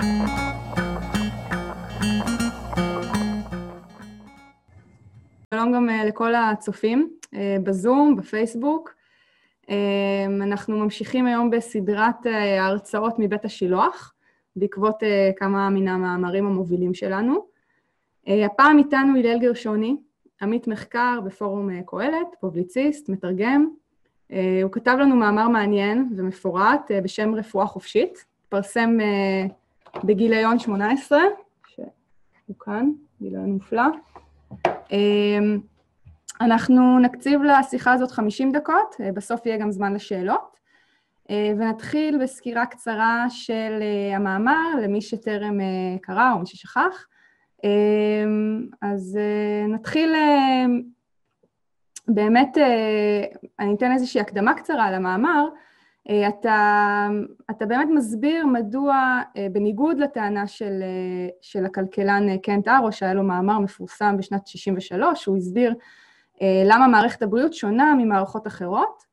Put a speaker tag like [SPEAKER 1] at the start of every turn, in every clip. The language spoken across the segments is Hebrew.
[SPEAKER 1] שלום גם לכל הצופים בזום, בפייסבוק. אנחנו ממשיכים היום בסדרת ההרצאות מבית השילוח, בעקבות כמה מן המאמרים המובילים שלנו. הפעם איתנו הלל גרשוני, עמית מחקר בפורום קהלת, פובליציסט, מתרגם. הוא כתב לנו מאמר מעניין ומפורט בשם רפואה חופשית, התפרסם בגיליון 18, שהוא כאן, גיליון מופלא. אנחנו נקציב לשיחה הזאת 50 דקות, בסוף יהיה גם זמן לשאלות, ונתחיל בסקירה קצרה של המאמר למי שטרם קרא או מי ששכח. אז נתחיל, באמת, אני אתן איזושהי הקדמה קצרה למאמר. אתה באמת מסביר מדוע, בניגוד לטענה של הכלכלן קנט ארו, שהיה לו מאמר מפורסם בשנת 63, הוא הסביר למה מערכת הבריאות שונה ממערכות אחרות,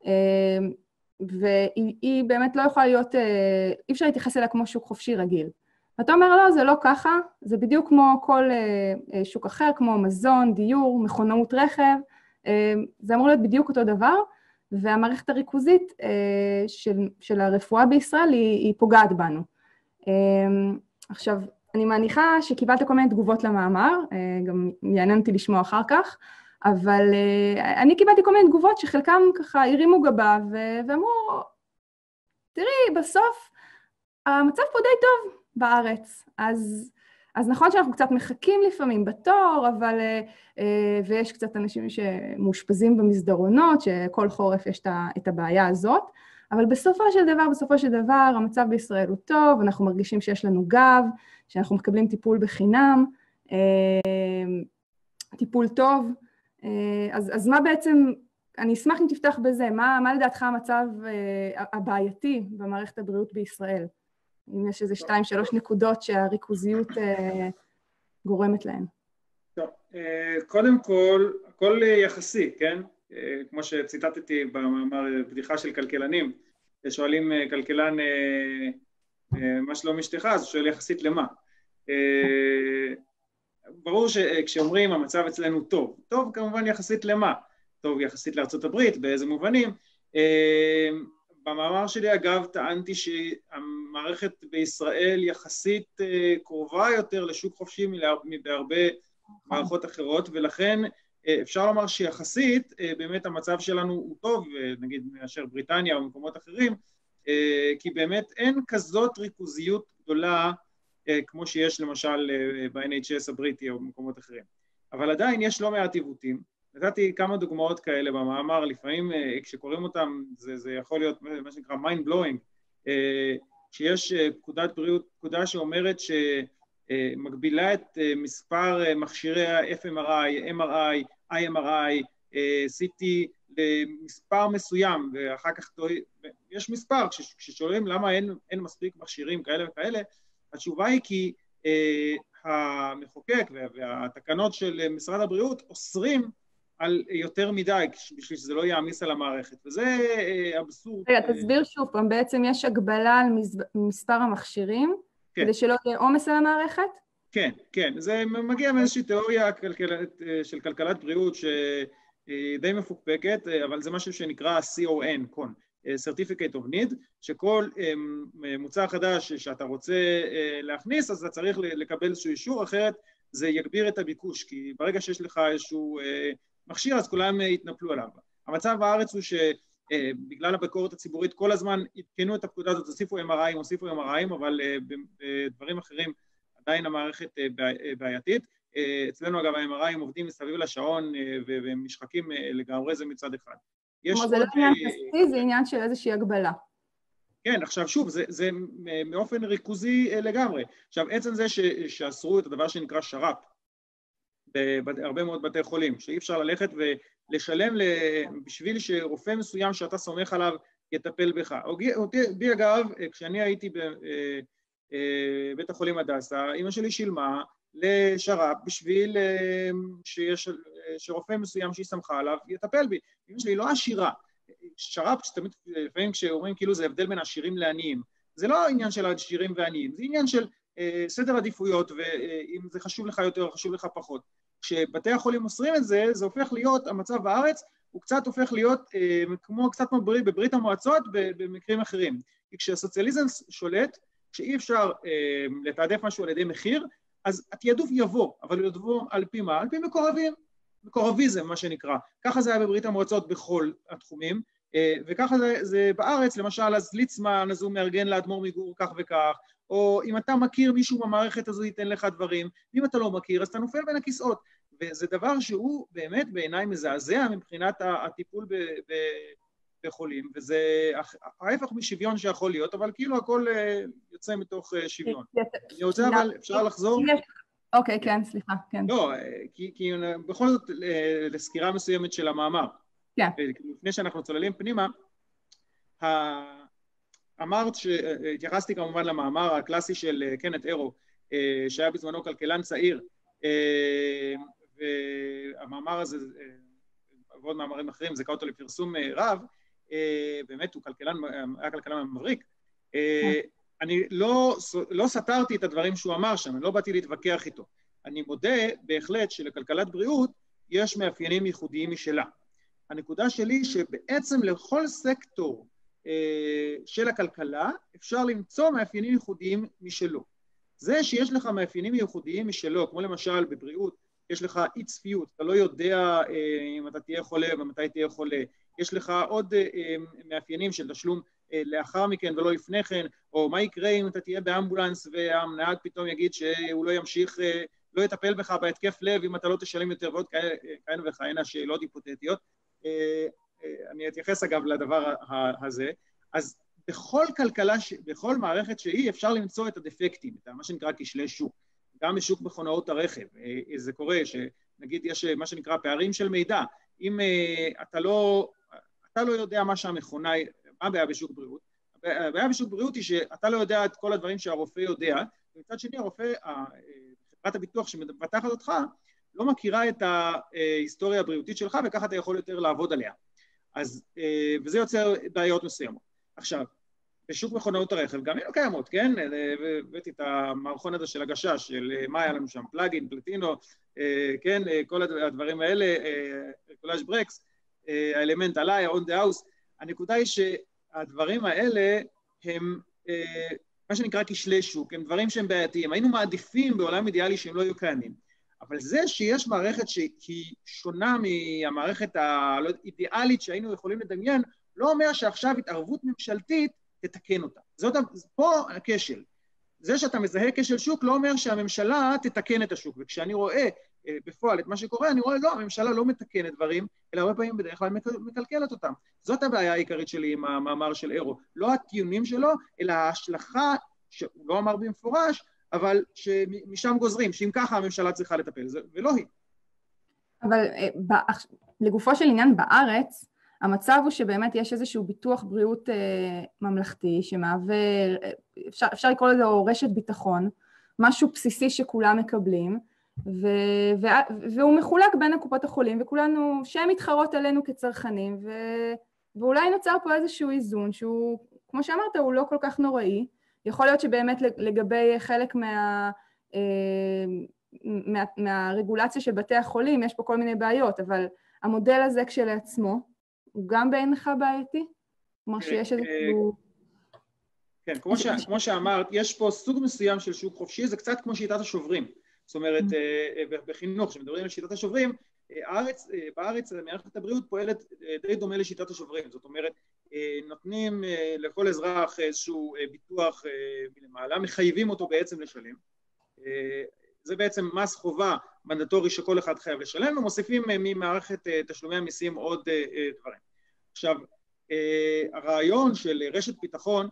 [SPEAKER 1] והיא באמת לא יכולה להיות, אי אפשר להתייחס אליה כמו שוק חופשי רגיל. אתה אומר, לא, זה לא ככה, זה בדיוק כמו כל שוק אחר, כמו מזון, דיור, מכונאות רכב, זה אמור להיות בדיוק אותו דבר, והמערכת הריכוזית של הרפואה בישראל היא פוגעת בנו. עכשיו, אני מניחה שקיבלת כל מיני תגובות למאמר, גם יעניין אותי לשמוע אחר כך, אבל אני קיבלתי כל מיני תגובות שחלקם ככה הרימו גבה ואמרו, תראי, בסוף המצב פה די טוב בארץ, אז נכון שאנחנו קצת מחכים לפעמים בתור, אבל, ויש קצת אנשים שמאושפזים במסדרונות, שכל חורף יש את הבעיה הזאת, אבל בסופו של דבר, המצב בישראל הוא טוב, אנחנו מרגישים שיש לנו גב, שאנחנו מקבלים טיפול בחינם, טיפול טוב, אז מה בעצם, אני אשמח אם תפתח בזה, מה לדעתך המצב הבעייתי במערכת הבריאות בישראל? אם יש איזה 2-3 נקודות שהריכוזיות גורמת להן.
[SPEAKER 2] טוב, קודם כל, הכל יחסי, כן? כמו שציטטתי במאמר בדיחה של כלכלנים, שואלים כלכלן מה שלא משתך, אז שואל יחסית למה. ברור שכשאומרים המצב אצלנו טוב, טוב כמובן יחסית למה? טוב יחסית לארצות הברית, באיזה מובנים? במאמר שלי אגב טענתי שהמערכת בישראל יחסית קרובה יותר לשוק חופשי בהרבה מערכות אחרות, ולכן אפשר לומר שיחסית באמת המצב שלנו הוא טוב, נגיד מאשר בריטניה או מקומות אחרים, כי באמת אין כזאת ריכוזיות גדולה כמו שיש למשל ב-NHS הבריטי או במקומות אחרים. אבל עדיין יש לא מעט עיוותים. נתתי כמה דוגמאות כאלה במאמר, לפעמים כשקוראים אותם זה יכול להיות מה שנקרא mind blowing, שיש פקודת בריאות, פקודה שאומרת שמגבילה את מספר מכשירי ה-FMRI, MRI, IMRI, CT למספר מסוים, ואחר כך יש מספר, כששואלים למה אין מספיק מכשירים כאלה וכאלה, התשובה היא כי המחוקק והתקנות של משרד הבריאות אוסרים על יותר מדי, בשביל שזה לא יעמיס על המערכת, וזה אבסורד.
[SPEAKER 1] רגע, תסביר שוב פעם, בעצם יש הגבלה על מספר המכשירים, כדי שלא יהיה עומס על המערכת?
[SPEAKER 2] כן, כן, זה מגיע מאיזושהי תיאוריה של כלכלת בריאות שהיא די מפוקפקת, אבל זה משהו שנקרא CON, Certificate of Need, שכל מוצר חדש שאתה רוצה להכניס, אז אתה צריך לקבל איזשהו אישור, אחרת זה יגביר את הביקוש, כי ברגע שיש לך איזשהו מכשיר, אז כולם יתנפלו עליו. המצב בארץ הוא שבגלל הביקורת הציבורית כל הזמן התקנו את הפקודה הזאת, הוסיפו MRI'ים, אבל בדברים אחרים עדיין המערכת בעייתית. אצלנו אגב ה-MRI'ים עובדים מסביב לשעון והם נשחקים לגמרי, זה מצד אחד.
[SPEAKER 1] כלומר זה לא עניין כספי, זה עניין של איזושהי הגבלה.
[SPEAKER 2] כן, עכשיו שוב, זה מאופן ריכוזי לגמרי. עכשיו, עצם זה שאסרו את הדבר שנקרא שר"פ, בהרבה מאוד בתי חולים, שאי אפשר ללכת ולשלם בשביל שרופא מסוים שאתה סומך עליו יטפל בך. אותי אגב, כשאני הייתי בבית החולים הדסה, אמא שלי שילמה לשר"פ בשביל שרופא מסוים שהיא סמכה עליו יטפל בי. אמא שלי לא עשירה. שר"פ, לפעמים כשאומרים כאילו זה הבדל בין עשירים לעניים, זה לא עניין של עשירים ועניים, זה עניין של סדר עדיפויות, ואם זה חשוב לך יותר או חשוב לך פחות. כשבתי החולים מוסרים את זה, זה הופך להיות, המצב בארץ הוא קצת הופך להיות קצת כמו בברית המועצות במקרים אחרים. כי כשהסוציאליזם שולט, כשאי אפשר לתעדף משהו על ידי מחיר, אז התעדוף יבוא, אבל הוא יבוא על פי מה? על פי מקורבים. מקורביזם, מה שנקרא. ככה זה היה בברית המועצות בכל התחומים, וככה זה בארץ, למשל, אז ליצמן, אז הוא מארגן לאדמו"ר מגור כך וכך, או אם אתה מכיר מישהו במערכת הזו ייתן לך דברים, ואם אתה לא מכיר, אז אתה נופל בין הכיסאות. וזה דבר שהוא באמת בעיניי מזעזע מבחינת הטיפול בחולים, וזה ההפך משוויון שיכול להיות, אבל כאילו הכל יוצא מתוך שוויון. אני רוצה אבל, אפשר לחזור?
[SPEAKER 1] אוקיי, כן, סליחה, כן.
[SPEAKER 2] לא, כי בכל זאת לסקירה מסוימת של המאמר.
[SPEAKER 1] כן.
[SPEAKER 2] לפני שאנחנו צוללים פנימה, אמרת שהתייחסתי כמובן למאמר הקלאסי של קנת אירו, שהיה בזמנו כלכלן צעיר, והמאמר הזה, ועוד מאמרים אחרים, זכה אותו לפרסום רב, באמת הוא היה כלכלן מבריק. אני לא סתרתי את הדברים שהוא אמר שם, אני לא באתי להתווכח איתו. אני מודה בהחלט שלכלכלת בריאות יש מאפיינים ייחודיים משלה. הנקודה שלי שבעצם לכל סקטור של הכלכלה אפשר למצוא מאפיינים ייחודיים משלו. זה שיש לך מאפיינים ייחודיים משלו, כמו למשל בבריאות, יש לך אי צפיות, אתה לא יודע אם אתה תהיה חולה ומתי תהיה חולה, יש לך עוד מאפיינים של תשלום לאחר מכן ולא לפני כן, או מה יקרה אם אתה תהיה באמבולנס והנהג פתאום יגיד שהוא לא ימשיך, לא יטפל בך בהתקף לב אם אתה לא תשלם יותר, ועוד כאלה וכהנה שאלות היפותטיות. אני אתייחס אגב לדבר הזה. אז בכל כלכלה, בכל מערכת שהיא, אפשר למצוא את הדפקטים, את מה שנקרא כשלי שוק. גם בשוק מכונאות הרכב. זה קורה שנגיד יש מה שנקרא פערים של מידע. אם אתה לא יודע מה שהמכונה, מה הבעיה בשוק בריאות? הבעיה בשוק בריאות היא שאתה לא יודע את כל הדברים שהרופא יודע, ומצד שני הרופא, חברת הביטוח שמבטחת אותך, לא מכירה את ההיסטוריה הבריאותית שלך, וככה אתה יכול יותר לעבוד עליה. אז, וזה יוצר בעיות מסוימות. עכשיו, בשוק מכונאות הרכב, גם הן לא קיימות, כן? הבאתי את המערכון הזה של הגשש, של מה היה לנו שם, פלאגין, פלטינו, כן? כל הדברים האלה, קולאז' ברקס, האלמנט עליי, on the house. הנקודה היא שהדברים האלה הם מה שנקרא כשלי שוק, הם דברים שהם בעייתיים. היינו מעדיפים בעולם אידיאלי שהם לא יהיו קיימים. אבל זה שיש מערכת שהיא שונה מהמערכת האידיאלית שהיינו יכולים לדמיין, לא אומר שעכשיו התערבות ממשלתית תתקן אותה. פה הכשל. זה שאתה מזהה כשל שוק לא אומר שהממשלה תתקן את השוק, וכשאני רואה בפועל את מה שקורה, אני רואה, לא, הממשלה לא מתקנת דברים, אלא הרבה פעמים בדרך כלל מקלקלת אותם. זאת הבעיה העיקרית שלי עם המאמר של אירו. לא הטיעונים שלו, אלא ההשלכה, שהוא לא אמר במפורש, אבל שמשם גוזרים, שאם ככה הממשלה צריכה לטפל, ולא היא. אבל
[SPEAKER 1] לגופו של עניין בארץ, המצב הוא שבאמת יש איזשהו ביטוח בריאות ממלכתי, שמהווה, אפשר לקרוא לזה רשת ביטחון, משהו בסיסי שכולם מקבלים, והוא מחולק בין הקופות החולים, וכולנו, שהן מתחרות עלינו כצרכנים, ואולי נוצר פה איזשהו איזון, שהוא, כמו שאמרת, הוא לא כל כך נוראי. יכול להיות שבאמת לגבי חלק מהרגולציה של בתי החולים, יש פה כל מיני בעיות, אבל המודל הזה כשלעצמו, הוא גם בעינך בעייתי? כלומר שיש איזשהו...
[SPEAKER 2] כן, כמו שאמרת, יש פה סוג מסוים של שוק חופשי, זה קצת כמו שיטת השוברים. זאת אומרת, בחינוך, כשמדברים על שיטת השוברים, בארץ מערכת הבריאות פועלת די דומה לשיטת השוברים. זאת אומרת, נותנים לכל אזרח איזשהו ביטוח מלמעלה, מחייבים אותו בעצם לשלם. זה בעצם מס חובה מנדטורי שכל אחד חייב לשלם, ומוסיפים ממערכת תשלומי המיסים עוד דברים. עכשיו, הרעיון של רשת ביטחון,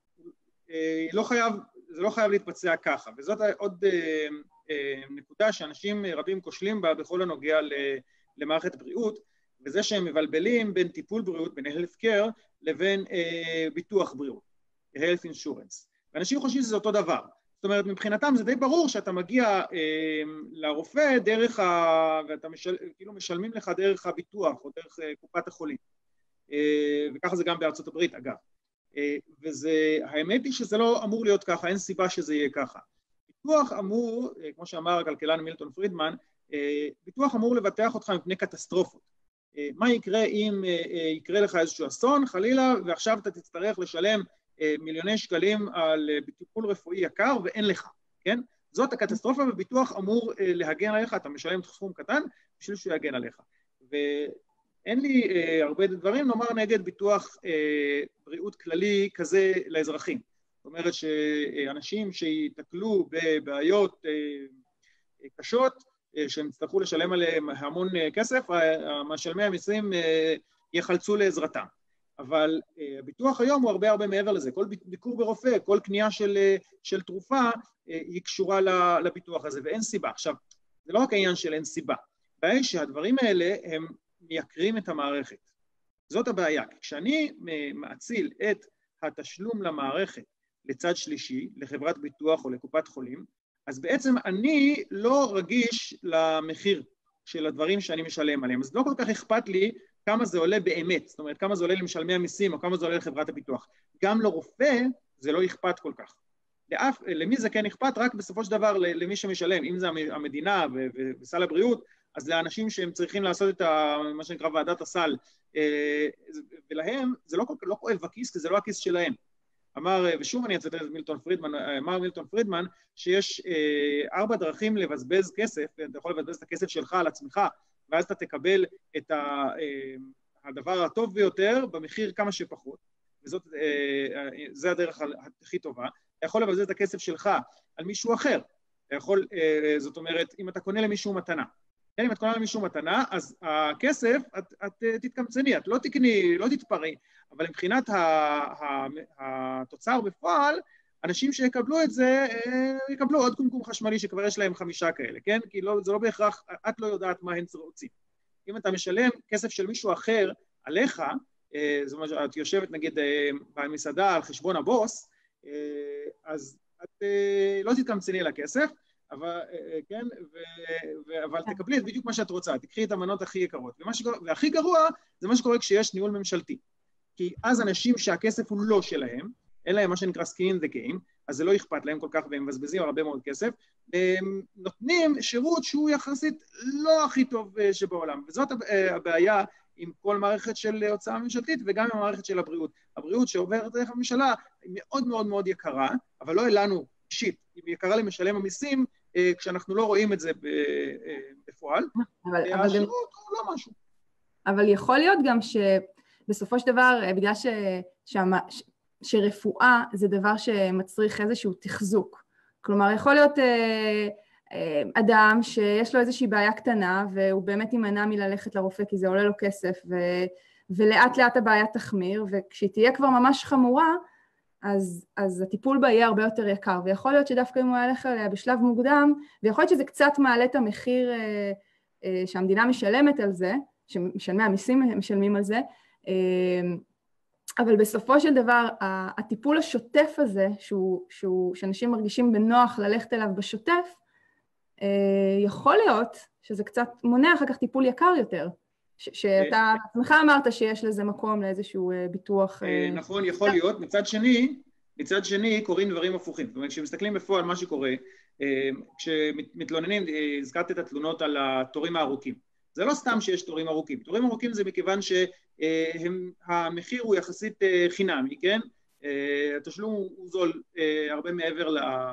[SPEAKER 2] זה לא חייב להתבצע ככה, וזאת עוד נקודה שאנשים רבים כושלים בה בכל הנוגע למערכת הבריאות, וזה שהם מבלבלים בין טיפול בריאות, בין health care, לבין ביטוח בריאות, health insurance. ואנשים חושבים שזה אותו דבר. זאת אומרת, מבחינתם זה די ברור שאתה מגיע לרופא דרך ואתה כאילו משלמים לך דרך הביטוח או דרך קופת החולים. וככה זה גם בארצות הברית, אגב. האמת היא שזה לא אמור להיות ככה, אין סיבה שזה יהיה ככה. ביטוח אמור, כמו שאמר הכלכלן מילטון פרידמן, ביטוח אמור לבטח אותך מפני קטסטרופות. מה יקרה אם יקרה לך איזשהו אסון, חלילה, ועכשיו אתה תצטרך לשלם מיליוני שקלים על טיפול רפואי יקר ואין לך, כן? זאת הקטסטרופה, וביטוח אמור להגן עליך, אתה משלם סכום קטן בשביל שהוא יגן עליך. ואין לי הרבה דברים לומר נגד ביטוח בריאות כללי כזה לאזרחים. זאת אומרת שאנשים שיתקלו בבעיות קשות, שהם יצטרכו לשלם עליהם המון כסף, משלמי המיסים יחלצו לעזרתם. אבל הביטוח היום הוא הרבה מעבר לזה. כל ביקור ברופא, כל קנייה של תרופה היא קשורה לביטוח הזה, ואין סיבה. עכשיו, זה לא רק העניין של אין סיבה. הבעיה שהדברים האלה הם מייקרים את המערכת. זאת הבעיה. כשאני מאציל את התשלום למערכת לצד שלישי, לחברת ביטוח או לקופת חולים, אז בעצם אני לא רגיש למחיר של הדברים שאני משלם עליהם. אז לא כל כך אכפת לי כמה זה עולה באמת, זאת אומרת, כמה זה עולה למשלמי המיסים, או כמה זה עולה לחברת הביטוח. גם לרופא זה לא אכפת כל כך. למי זה כן אכפת? רק בסופו של דבר למי שמשלם, אם זה המדינה וסל הבריאות, אז לאנשים שהם צריכים לעשות את מה שנקרא ועדת הסל, ולהם זה לא כואב בכיס, כי זה לא הכיס שלהם. ושוב אני אצטט את מילטון פרידמן, אמר מילטון פרידמן, שיש 4 דרכים לבזבז כסף, אתה יכול לבזבז את הכסף שלך על עצמך, ואז אתה תקבל את הדבר הטוב ביותר במחיר כמה שפחות, וזה הדרך הכי טובה. אתה יכול לבזבז את הכסף שלך על מישהו אחר, זאת אומרת, אם אתה קונה למישהו מתנה, אם את קונה למישהו מתנה, אז הכסף, את תתקמצני, את לא תקני, לא תתפרי, אבל מבחינת התוצר בפועל, אנשים שיקבלו את זה, יקבלו עוד קומקום חשמלי שכבר יש להם 5 כאלה, כן? כי זה לא בהכרח, את לא יודעת מה הם רוצים. אם אתה משלם כסף של מישהו אחר עליך, זאת אומרת, את יושבת נגיד במסעדה על חשבון הבוס, אז את לא תתקמצני לכסף, אבל, כן, אבל תקבלי את בדיוק מה שאת רוצה, תקחי את המנות הכי יקרות. והכי גרוע זה מה שקורה כשיש ניהול ממשלתי. כי אז אנשים שהכסף הוא לא שלהם, אין להם מה שנקרא skin in the game, אז זה לא אכפת להם כל כך, והם מבזבזים הרבה מאוד כסף, והם נותנים שירות שהוא יחסית לא הכי טוב שבעולם. וזאת הבעיה עם כל מערכת של הוצאה ממשלתית, וגם עם המערכת של הבריאות. הבריאות שעוברת דרך הממשלה היא מאוד מאוד מאוד יקרה, אבל לא אלנו אישית, היא יקרה למשלם המיסים, כשאנחנו לא רואים את זה בפועל. השירות הוא לא משהו.
[SPEAKER 1] אבל יכול להיות גם שבסופו של דבר, בגלל שרפואה זה דבר שמצריך איזשהו תחזוק. כלומר, יכול להיות אדם שיש לו איזושהי בעיה קטנה, והוא באמת יימנע מללכת לרופא כי זה עולה לו כסף, ולאט לאט הבעיה תחמיר, וכשהיא תהיה כבר ממש חמורה, אז הטיפול בה יהיה הרבה יותר יקר, ויכול להיות שדווקא אם הוא ילך עליה בשלב מוקדם, ויכול להיות שזה קצת מעלה את המחיר שהמדינה משלמת על זה, שמשלמי המיסים משלמים על זה, אבל בסופו של דבר, הטיפול השוטף הזה, שאנשים מרגישים בנוח ללכת אליו בשוטף, יכול להיות שזה קצת מונע אחר כך טיפול יקר יותר, שאתה עצמך אמרת שיש לזה מקום לאיזשהו ביטוח.
[SPEAKER 2] נכון, יכול להיות. מצד שני קורים דברים הפוכים. זאת אומרת, כשמסתכלים בפועל מה שקורה, כשמתלוננים, הזכרת את התלונות על התורים הארוכים. זה לא סתם שיש תורים ארוכים. תורים ארוכים זה מכיוון שהמחיר הוא יחסית חינמי, כן? התשלום הוא זול הרבה מעבר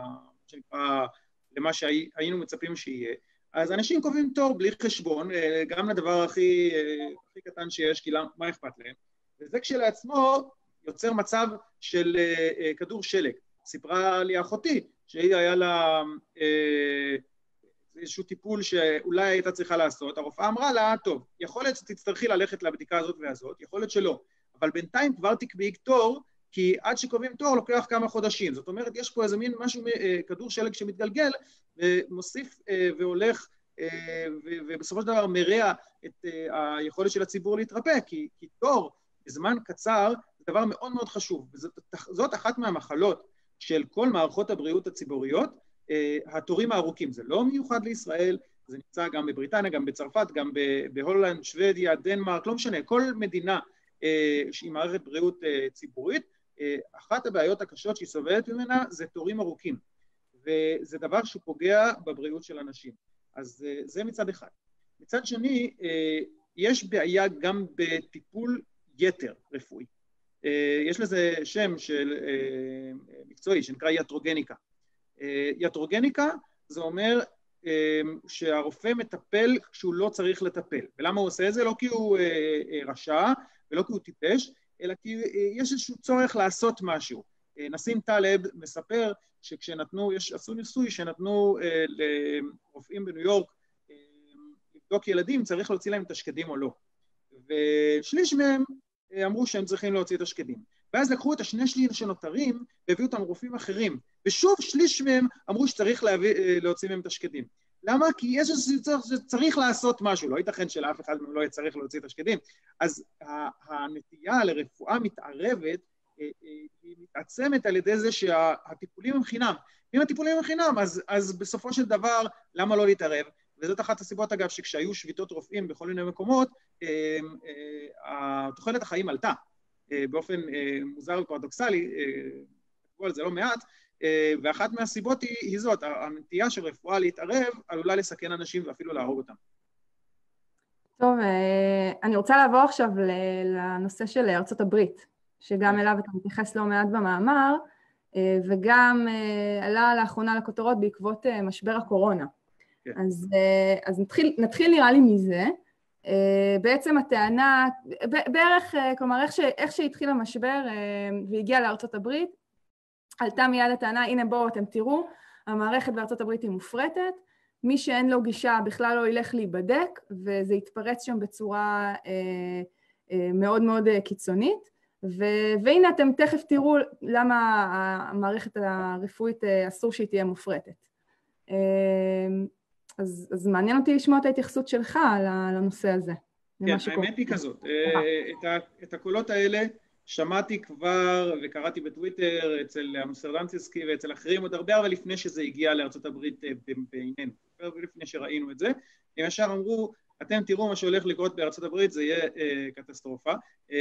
[SPEAKER 2] למה שהיינו מצפים שיהיה. אז אנשים קובעים תור בלי חשבון, גם לדבר הכי קטן שיש, כי מה אכפת להם? וזה כשלעצמו יוצר מצב של כדור שלג. סיפרה לי אחותי שהיא היה לה איזשהו טיפול שאולי הייתה צריכה לעשות, הרופאה אמרה לה, טוב, יכול להיות שתצטרכי ללכת לבדיקה הזאת והזאת, יכול להיות שלא, אבל בינתיים כבר תקבעי תור, כי עד שקובעים תור לוקח כמה חודשים. זאת אומרת, יש פה איזה מין משהו, כדור שלג שמתגלגל, ומוסיף והולך, ובסופו של דבר מרע את היכולת של הציבור להתרפא, כי תור בזמן קצר זה דבר מאוד מאוד חשוב, וזאת אחת מהמחלות של כל מערכות הבריאות הציבוריות, התורים הארוכים. זה לא מיוחד לישראל, זה נמצא גם בבריטניה, גם בצרפת, גם בהולנד, שוודיה, דנמרק, לא משנה, כל מדינה עם מערכת בריאות ציבורית, אחת הבעיות הקשות שהיא סובלת ממנה זה תורים ארוכים, וזה דבר שפוגע בבריאות של אנשים. אז זה מצד אחד. מצד שני, יש בעיה גם בטיפול יתר רפואי. יש לזה שם של מקצועי שנקרא יטרוגניקה. יטרוגניקה זה אומר שהרופא מטפל כשהוא לא צריך לטפל. ולמה הוא עושה את זה? לא כי הוא רשע ולא כי הוא טיפש, אלא כי יש איזשהו צורך לעשות משהו. נסים טלב מספר שכשנתנו, עשו ניסוי שנתנו לרופאים בניו יורק לבדוק ילדים, צריך להוציא להם את השקדים או לא. ושליש מהם אמרו שהם צריכים להוציא את השקדים. ואז לקחו את השני שליש שנותרים והביאו אותם רופאים אחרים, ושוב שליש מהם אמרו שצריך להוציא מהם את השקדים. למה? כי יש שצריך לעשות משהו, לא ייתכן שלאף אחד מהם לא יהיה צריך להוציא את השקדים. אז הנטייה לרפואה מתערבת היא מתעצמת על ידי זה שהטיפולים הם חינם. אם הטיפולים הם חינם, אז בסופו של דבר, למה לא להתערב? וזאת אחת הסיבות, אגב, שכשהיו שביתות רופאים בכל מיני מקומות, תוחלת החיים עלתה, באופן מוזר ופרדוקסלי, כתבו על זה לא מעט, ואחת מהסיבות היא זאת, הנטייה של רפואה להתערב עלולה לסכן אנשים ואפילו להרוג אותם.
[SPEAKER 1] טוב, אני רוצה לעבור עכשיו לנושא של ארצות הברית, שגם אליו אתה מתייחס לא מעט במאמר, וגם עלה לאחרונה לכותרות בעקבות משבר הקורונה. אז נתחיל נראה לי מזה. בעצם הטענה, בערך, כלומר, איך שהתחיל המשבר והגיע לארצות הברית, עלתה מיד הטענה, הנה בואו אתם תראו, המערכת בארצות הברית היא מופרטת, מי שאין לו גישה בכלל לא ילך להיבדק, וזה יתפרץ שם בצורה מאוד מאוד קיצונית, והנה אתם תכף תראו למה המערכת הרפואית אסור שהיא תהיה מופרטת. אז מעניין אותי לשמוע את ההתייחסות שלך לנושא הזה.
[SPEAKER 2] כן, האמת היא כזאת. את הקולות האלה שמעתי כבר וקראתי בטוויטר אצל אמסטרדמסקי ואצל אחרים עוד הרבה, אבל לפני שזה הגיע לארצות הברית בעינינו, ולפני שראינו את זה, הם ישר אמרו, אתם תראו מה שהולך לקרות בארצות הברית, זה יהיה קטסטרופה,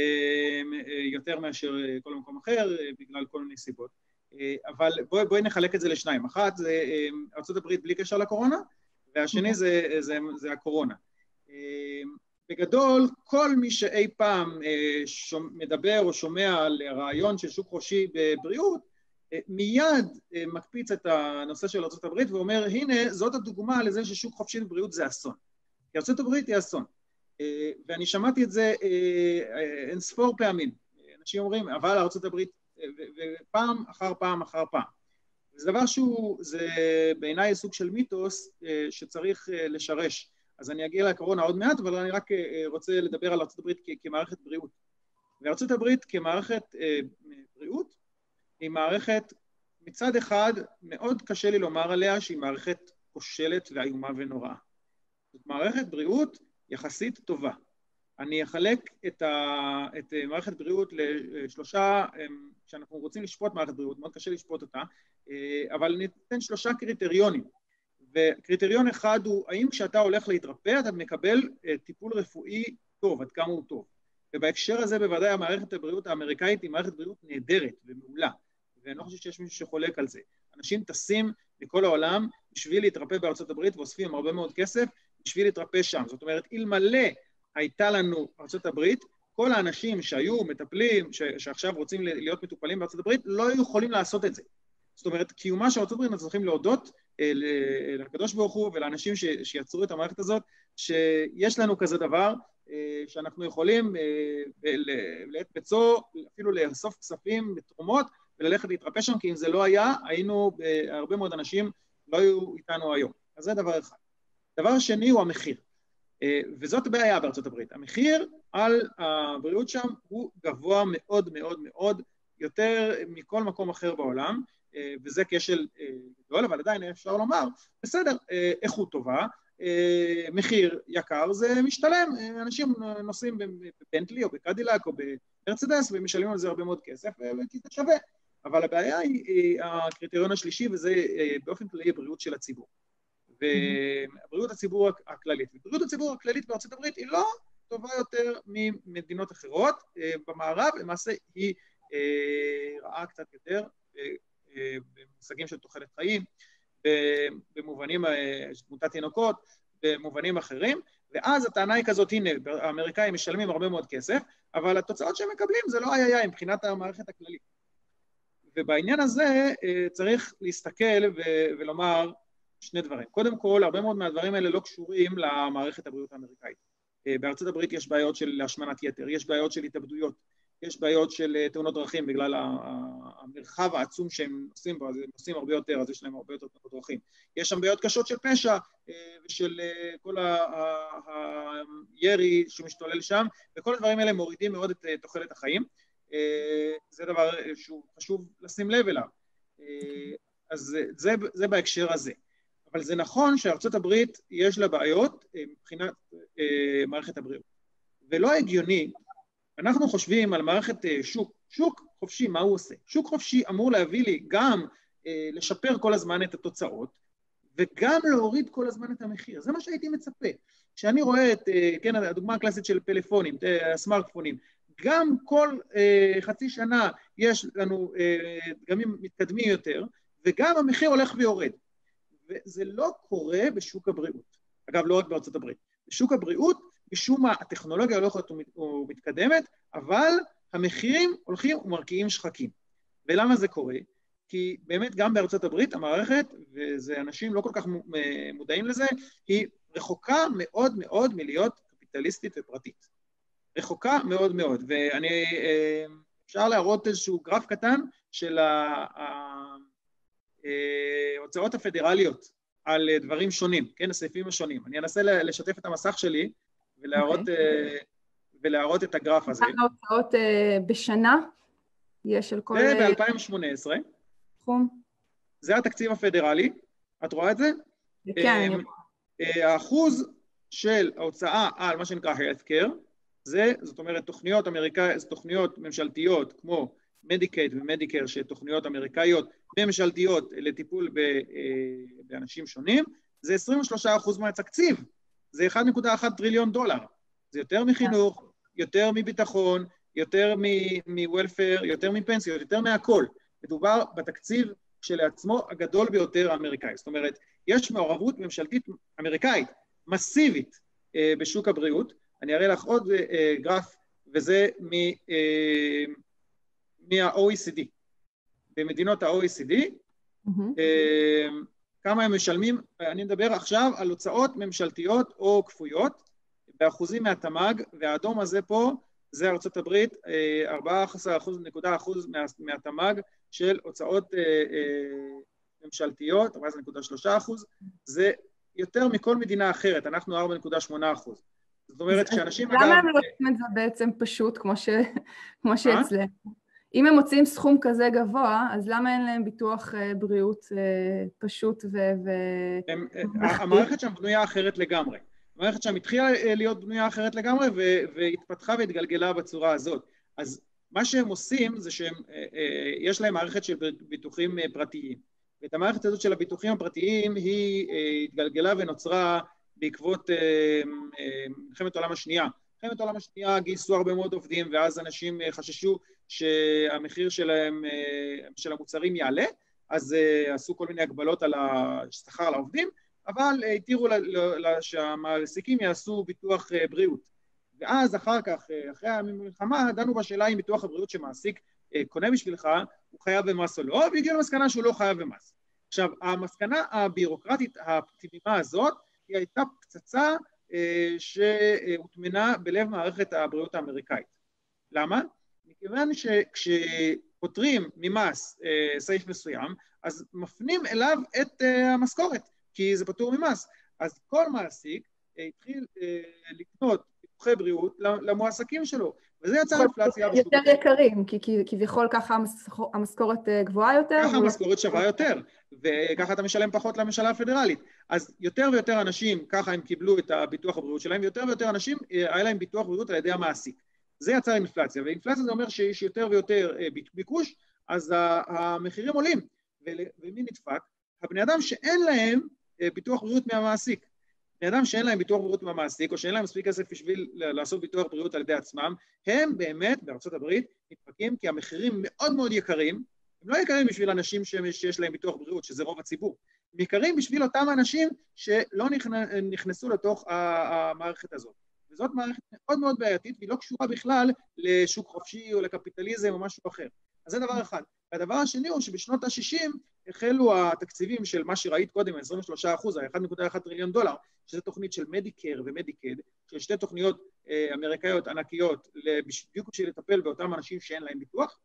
[SPEAKER 2] יותר מאשר כל מקום אחר, בגלל כל מיני סיבות. אבל בואי נחלק את זה לשניים. אחת זה ארצות הברית בלי קשר לקורונה, והשני זה הקורונה. בגדול, כל מי שאי פעם מדבר או שומע על רעיון של שוק חופשי בבריאות, מיד מקפיץ את הנושא של ארצות הברית ואומר, הנה, זאת הדוגמה לזה ששוק חופשי בבריאות זה אסון. כי ארצות הברית היא אסון. ואני שמעתי את זה אין ספור פעמים. אנשים אומרים, אבל ארצות הברית, ופעם אחר פעם אחר פעם. זה דבר זה בעיניי סוג של מיתוס שצריך לשרש. אז אני אגיע לקורונה עוד מעט, אבל אני רק רוצה לדבר על ארצות הברית כמערכת בריאות. וארצות הברית כמערכת בריאות היא מערכת, מצד אחד, מאוד קשה לי לומר עליה שהיא מערכת כושלת ואיומה ונוראה. זאת מערכת בריאות יחסית טובה. אני אחלק את מערכת בריאות לשלושה, כשאנחנו רוצים לשפוט מערכת בריאות, מאוד קשה לשפוט אותה, אבל ניתן 3 קריטריונים. וקריטריון אחד הוא, האם כשאתה הולך להתרפא, אתה מקבל טיפול רפואי טוב, עד כמה הוא טוב. ובהקשר הזה בוודאי המערכת הבריאות האמריקאית היא מערכת בריאות נהדרת ומעולה, ואני לא חושב שיש מישהו שחולק על זה. אנשים טסים מכל העולם בשביל להתרפא בארצות הברית, ואוספים הרבה מאוד כסף בשביל להתרפא שם. זאת אומרת, אלמלא הייתה לנו ארצות הברית, כל האנשים שהיו מטפלים, שעכשיו רוצים להיות מטופלים בארצות הברית, לא היו יכולים לעשות את זה. זאת אומרת, קיומה של ארצות הברית, אנחנו צריכים להודות לקדוש ברוך הוא ולאנשים שיצרו את המערכת הזאת, שיש לנו כזה דבר, שאנחנו יכולים לעת בצו, אפילו לאסוף כספים בתרומות, וללכת להתרפא שם, כי אם זה לא היה, היינו, הרבה מאוד אנשים לא היו איתנו היום. אז זה דבר אחד. דבר שני הוא המחיר. וזאת הבעיה בארצות הברית. המחיר על הבריאות שם הוא גבוה מאוד מאוד מאוד, יותר מכל מקום אחר בעולם, וזה כשל גדול, אבל עדיין אפשר לומר, בסדר, איכות טובה, מחיר יקר, זה משתלם, אנשים נוסעים בבנטלי או בקדילק או במרצדס, ומשלמים על זה הרבה מאוד כסף, כי זה שווה. אבל הבעיה היא הקריטריון השלישי, וזה באופן כללי הבריאות של הציבור. ובריאות הציבור הכללית. ובריאות הציבור הכללית בארצות הברית היא לא טובה יותר ממדינות אחרות במערב, למעשה היא רעה קצת יותר, במושגים של תוחלת חיים, במובנים של תמותת תינוקות, במובנים אחרים, ואז הטענה היא כזאת, הנה, האמריקאים משלמים הרבה מאוד כסף, אבל התוצאות שהם מקבלים זה לא היה מבחינת המערכת הכללית. ובעניין הזה צריך להסתכל ולומר שני דברים. קודם כל, הרבה מאוד מהדברים האלה לא קשורים למערכת הבריאות האמריקאית. בארצות הברית יש בעיות של השמנת יתר, יש בעיות של התאבדויות, יש בעיות של תאונות דרכים בגלל המרחב העצום שהם עושים בו, אז הם עושים הרבה יותר, אז יש להם הרבה יותר תאונות דרכים. יש שם בעיות קשות של פשע ושל כל הירי שמשתולל שם, וכל הדברים האלה מורידים מאוד את תוחלת החיים. זה דבר שהוא חשוב לשים לב אליו. אז זה בהקשר הזה. אבל זה נכון שארצות הברית יש לה בעיות מבחינת מערכת הבריאות. ולא הגיוני, אנחנו חושבים על מערכת שוק חופשי, מה הוא עושה? שוק חופשי אמור להביא לי גם לשפר כל הזמן את התוצאות, וגם להוריד כל הזמן את המחיר. זה מה שהייתי מצפה. כשאני רואה את, כן, הדוגמה הקלאסית של פלאפונים, הסמארטפונים, גם כל חצי שנה יש לנו דגמים מתקדמים יותר, וגם המחיר הולך ויורד. וזה לא קורה בשוק הבריאות. אגב, לא רק בארצות הברית. בשוק הבריאות, משום מה, הטכנולוגיה הולכת ומתקדמת, אבל המחירים הולכים ומרקיעים שחקים. ולמה זה קורה? כי באמת גם בארצות הברית, המערכת, וזה אנשים לא כל כך מודעים לזה, היא רחוקה מאוד מאוד מלהיות קפיטליסטית ופרטית. רחוקה מאוד מאוד, ואני, אפשר להראות איזשהו גרף קטן של ההוצאות הפדרליות על דברים שונים, כן, הסעיפים השונים. אני אנסה לשתף את המסך שלי ולהראות את הגרף הזה.
[SPEAKER 1] כמה הוצאות בשנה יש של כל...
[SPEAKER 2] זה ב-2018.
[SPEAKER 1] תחום.
[SPEAKER 2] זה התקציב הפדרלי, את רואה את זה?
[SPEAKER 1] כן.
[SPEAKER 2] האחוז של ההוצאה על מה שנקרא healthcare, זאת אומרת, תוכניות ממשלתיות כמו מדיקייד ומדיקר, שתוכניות אמריקאיות ממשלתיות לטיפול באנשים שונים, זה 23% מהתקציב, זה 1.1 טריליון דולר. זה יותר מחינוך, יותר מביטחון, יותר מוולפר, יותר מפנסיות, יותר מהכל. מדובר בתקציב שלעצמו הגדול ביותר האמריקאי. זאת אומרת, יש מעורבות ממשלתית אמריקאית מסיבית בשוק הבריאות. אני אראה לך עוד גרף, וזה מה-OECD. במדינות ה-OECD, כמה הם משלמים, אני מדבר עכשיו על הוצאות ממשלתיות או כפויות, באחוזים מהתמ"ג, והאדום הזה פה, זה ארצות הברית, 14.1% מהתמ"ג של הוצאות ממשלתיות, 14.3%, זה יותר מכל מדינה אחרת, אנחנו 4.8%. זאת אומרת, כשאנשים...
[SPEAKER 1] למה הם לא עושים את זה בעצם פשוט, כמו שאצלנו? אם הם מוצאים סכום כזה גבוה, אז למה אין להם ביטוח בריאות פשוט
[SPEAKER 2] המערכת שם בנויה אחרת לגמרי. המערכת שם התחילה להיות בנויה אחרת לגמרי, והתפתחה והתגלגלה בצורה הזאת. אז מה שהם עושים זה שיש להם מערכת של ביטוחים פרטיים. ואת המערכת הזאת של הביטוחים הפרטיים היא התגלגלה ונוצרה בעקבות מלחמת העולם השנייה. מלחמת העולם השנייה גייסו הרבה מאוד עובדים, ואז אנשים חששו שהמחיר שלהם, של המוצרים יעלה, אז עשו כל מיני הגבלות על השכר לעובדים, אבל התירו שהמעסיקים יעשו ביטוח בריאות. ואז אחר כך, אחרי המלחמה, דנו בשאלה אם ביטוח הבריאות שמעסיק קונה בשבילך, הוא חייב במס או לא, והגיעו למסקנה שהוא לא חייב במס. עכשיו, המסקנה הבירוקרטית הפנימה הזאת, היא הייתה פצצה שהוטמנה בלב מערכת הבריאות האמריקאית. למה? מכיוון שכשפותרים ממס סעיף מסוים, אז מפנים אליו את המשכורת, כי זה פטור ממס. אז כל מעסיק התחיל לקנות ביטוחי בריאות למועסקים שלו, וזה יצר אינפלציה.
[SPEAKER 1] יותר יקרים, כי כביכול ככה המשכורת גבוהה יותר.
[SPEAKER 2] ככה המשכורת שווה יותר, וככה אתה משלם פחות לממשלה הפדרלית. אז יותר ויותר אנשים, ככה הם קיבלו את הביטוח הבריאות שלהם, ויותר ויותר אנשים היה להם ביטוח בריאות על ידי המעסיק. זה יצר אינפלציה, ואינפלציה זה אומר שיש יותר ויותר ביקוש, אז המחירים עולים. ומי נדפק? הבני אדם שאין להם ביטוח בריאות מהמעסיק. אדם שאין להם ביטוח בריאות מהמעסיק, או שאין להם מספיק כסף בשביל לעשות ביטוח בריאות על ידי עצמם, הם באמת בארצות הברית מתפקים כי המחירים מאוד מאוד יקרים, הם לא יקרים בשביל אנשים שיש להם ביטוח בריאות, שזה רוב הציבור, הם יקרים בשביל אותם אנשים שלא נכנסו לתוך המערכת הזאת. וזאת מערכת מאוד מאוד בעייתית, והיא לא קשורה בכלל לשוק חופשי או לקפיטליזם או משהו אחר. אז זה דבר אחד. והדבר השני הוא שבשנות ה-60 החלו התקציבים של מה שראית קודם, 23%, ה-1.1 טריליון דולר, שזו תוכנית של מדיקר ומדיקד, של שתי תוכניות אמריקאיות ענקיות, בדיוק בשביל לטפל באותם אנשים שאין להם ביטוח,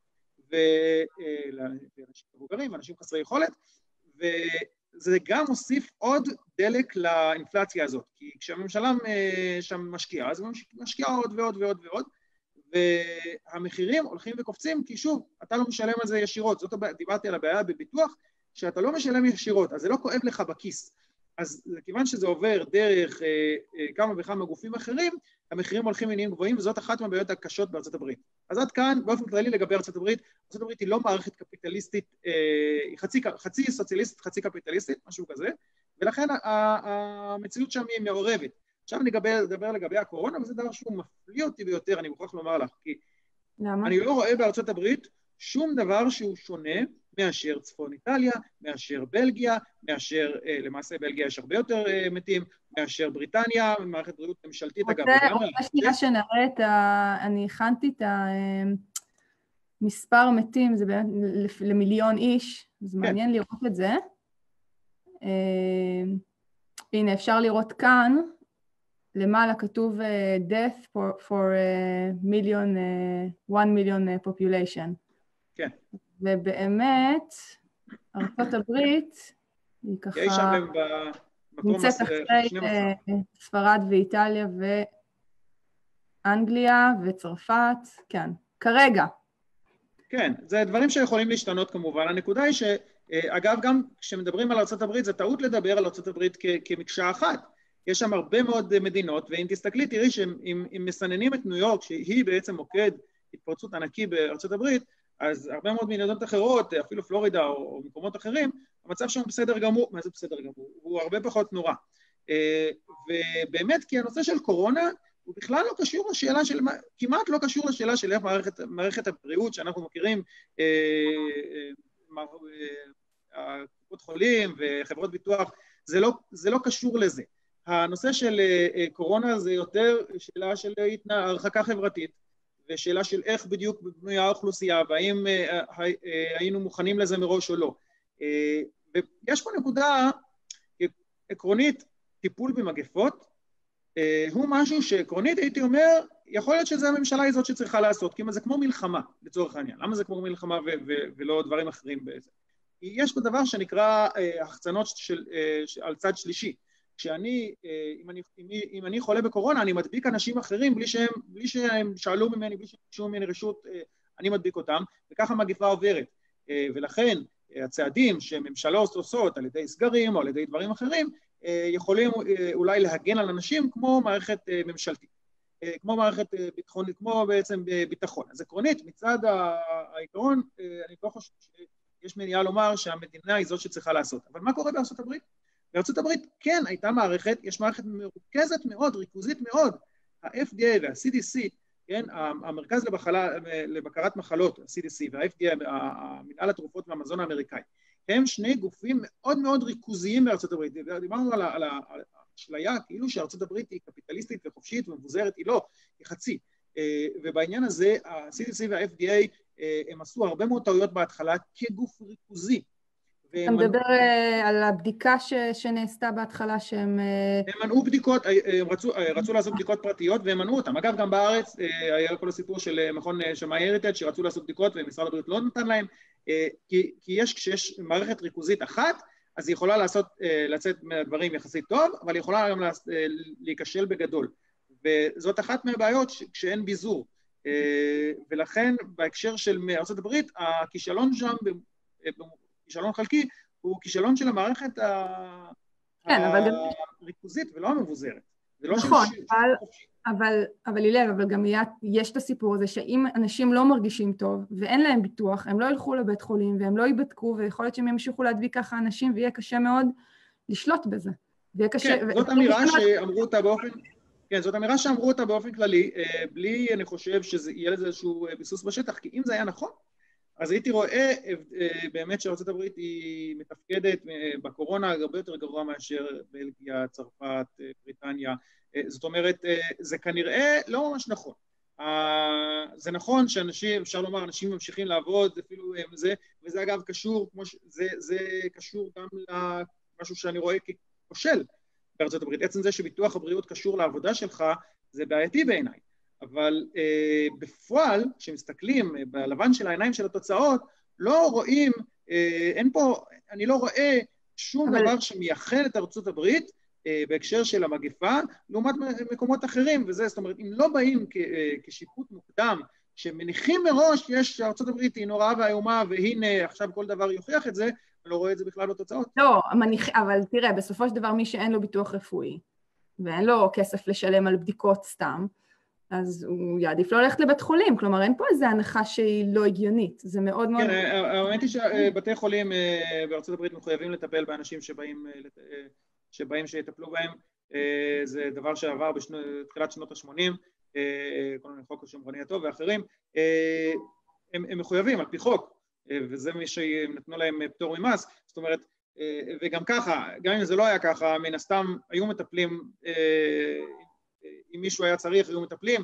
[SPEAKER 2] ואנשים מבוגרים, אנשים חסרי יכולת, וזה גם מוסיף עוד דלק לאינפלציה הזאת, כי כשהממשלה שם משקיעה, אז היא משקיעה עוד ועוד ועוד ועוד, והמחירים הולכים וקופצים, כי שוב, אתה לא משלם על זה ישירות, זאת דיברתי על הבעיה בביטוח, שאתה לא משלם ישירות, אז זה לא כואב לך בכיס. אז כיוון שזה עובר דרך כמה וכמה גופים אחרים, המחירים הולכים ונהיים גבוהים, וזאת אחת מהבעיות הקשות בארצות הברית. אז עד כאן, באופן כללי לגבי ארצות הברית, ארצות הברית היא לא מערכת קפיטליסטית, היא חצי סוציאליסטית, חצי קפיטליסטית, משהו כזה, ולכן המציאות שם היא מעורבת. עכשיו אני אדבר לגבי הקורונה, וזה דבר שהוא מפליא אותי ביותר, אני מוכרח לומר לך, כי אני לא רואה בארצות הברית שום דבר שהוא שונה מאשר צפון איטליה, מאשר בלגיה, מאשר, למעשה בלגיה יש הרבה יותר מתים, מאשר בריטניה, מערכת בריאות ממשלתית, אגב.
[SPEAKER 1] רוצה שנייה שנראה אני הכנתי את המספר מתים, זה באמת למיליון איש, זה מעניין לראות את זה. הנה, אפשר לראות כאן, למעלה כתוב death for 1 million population.
[SPEAKER 2] כן.
[SPEAKER 1] ובאמת, ארצות הברית, היא ככה נמצאת אחרי ספרד ואיטליה ואנגליה וצרפת, כן, כרגע.
[SPEAKER 2] כן, זה דברים שיכולים להשתנות כמובן. הנקודה היא שאגב, גם כשמדברים על ארצות הברית, זה טעות לדבר על ארצות הברית כמקשה אחת. יש שם הרבה מאוד מדינות, ואם תסתכלי, תראי שאם מסננים את ניו יורק, שהיא בעצם מוקד התפרצות ענקי בארצות הברית, אז הרבה מאוד מדינות אחרות, אפילו פלורידה או מקומות אחרים, המצב שם בסדר גמור, מה זה בסדר גמור? הוא הרבה פחות נורא. ובאמת, כי הנושא של קורונה, הוא בכלל לא קשור לשאלה של, כמעט לא קשור לשאלה של איך מערכת הבריאות שאנחנו מכירים, קופות חולים וחברות ביטוח, זה לא קשור לזה. הנושא של קורונה זה יותר שאלה של הרחקה חברתית, ושאלה של איך בדיוק בנויה האוכלוסייה, והאם היינו מוכנים לזה מראש או לא. ויש פה נקודה עקרונית, טיפול במגפות, הוא משהו שעקרונית הייתי אומר, יכול להיות שזה הממשלה היא זאת שצריכה לעשות, כי זה כמו מלחמה, לצורך העניין. למה זה כמו מלחמה ולא דברים אחרים בזה? יש פה דבר שנקרא החצנות על צד שלישי. אם אני חולה בקורונה, אני מדביק אנשים אחרים בלי שהם שאלו ממני, בלי שהם ביקשו ממני רשות, אני מדביק אותם, וככה המגפה עוברת. ולכן הצעדים שממשלות עושות על ידי סגרים או על ידי דברים אחרים, יכולים אולי להגן על אנשים כמו מערכת ממשלתית, כמו מערכת ביטחונית, כמו בעצם ביטחון. אז עקרונית, מצד העיקרון, אני לא חושב שיש מניעה לומר שהמדינה היא זאת שצריכה לעשות. אבל מה קורה בארצות הברית? בארצות הברית כן הייתה מערכת, יש מערכת מרוכזת מאוד, ריכוזית מאוד, ה-FDA וה-CDC, כן, המרכז לבקרת מחלות, ה-CDC וה-FDA, מנהל התרופות והמזון האמריקאי, הם שני גופים מאוד מאוד ריכוזיים בארצות הברית. דיברנו על האשליה, כאילו שארצות הברית היא קפיטליסטית וחופשית ומבוזרת, היא לא, היא חצי. ובעניין הזה, ה-CDC וה-FDA, הם עשו הרבה מאוד טעויות בהתחלה כגוף ריכוזי.
[SPEAKER 1] אתה מדבר על הבדיקה שנעשתה בהתחלה שהם...
[SPEAKER 2] הם מנעו בדיקות, רצו לעשות בדיקות פרטיות והם מנעו אותם. אגב, גם בארץ היה כל הסיפור של מכון שמאי הריטג' שרצו לעשות בדיקות ומשרד הבריאות לא נתן להם, כי כשיש מערכת ריכוזית אחת, אז היא יכולה לצאת מהדברים יחסית טוב, אבל היא יכולה גם להיכשל בגדול. וזאת אחת מהבעיות כשאין ביזור. ולכן בהקשר של ארצות הברית, הכישלון שם, כישלון חלקי, הוא כישלון של המערכת הריכוזית ולא המבוזרת.
[SPEAKER 1] נכון, אבל אילב, אבל גם יש את הסיפור הזה שאם אנשים לא מרגישים טוב ואין להם ביטוח, הם לא ילכו לבית חולים והם לא ייבדקו, ויכול להיות שהם ימשיכו להדביק ככה אנשים ויהיה קשה מאוד לשלוט בזה. ויהיה קשה...
[SPEAKER 2] כן, זאת אמירה שאמרו אותה באופן... כן, זאת אמירה שאמרו אותה באופן כללי, בלי, אני חושב, שיהיה לזה איזשהו ביסוס בשטח, כי אם זה היה נכון, אז הייתי רואה באמת שארצות הברית היא מתפקדת בקורונה הרבה יותר גרוע מאשר בלגיה, צרפת, בריטניה. זאת אומרת, זה כנראה לא ממש נכון. זה נכון שאנשים, אפשר לומר, אנשים ממשיכים לעבוד, אפילו זה, וזה אגב קשור, זה קשור גם למשהו שאני רואה ככושל בארצות הברית. עצם זה שביטוח הבריאות קשור לעבודה שלך, זה בעייתי בעיניי. אבל בפועל, כשמסתכלים בלבן של העיניים של התוצאות, לא רואים, אין פה, אני לא רואה שום דבר שמייחד את ארצות הברית בהקשר של המגפה, לעומת מקומות אחרים, וזה, זאת אומרת, אם לא באים כשיפוט מוקדם, שמניחים מראש, שארצות הברית היא נוראה והיומה, והנה עכשיו כל דבר יוכיח את זה, אני לא רואה את זה בכלל בתוצאות.
[SPEAKER 1] לא, אבל תראה, בסופו של דבר מי שאין לו ביטוח רפואי, ואין לו כסף לשלם על בדיקות סתם, אז הוא יעדיף לא ללכת לבית חולים, כלומר אין פה איזו הנחה שהיא לא הגיונית, זה מאוד מאוד...
[SPEAKER 2] כן, האמת היא שבתי חולים בארצות הברית מחויבים לטפל באנשים שבאים שיטפלו בהם, זה דבר שעבר בתחילת שנות ה-80, כל מיני חוק השמרני הטוב ואחרים, הם מחויבים על פי חוק, וזה מי שנתנו להם פטור ממס, זאת אומרת, וגם ככה, גם אם זה לא היה ככה, מן הסתם היו מטפלים, אם מישהו היה צריך, היו מטפלים,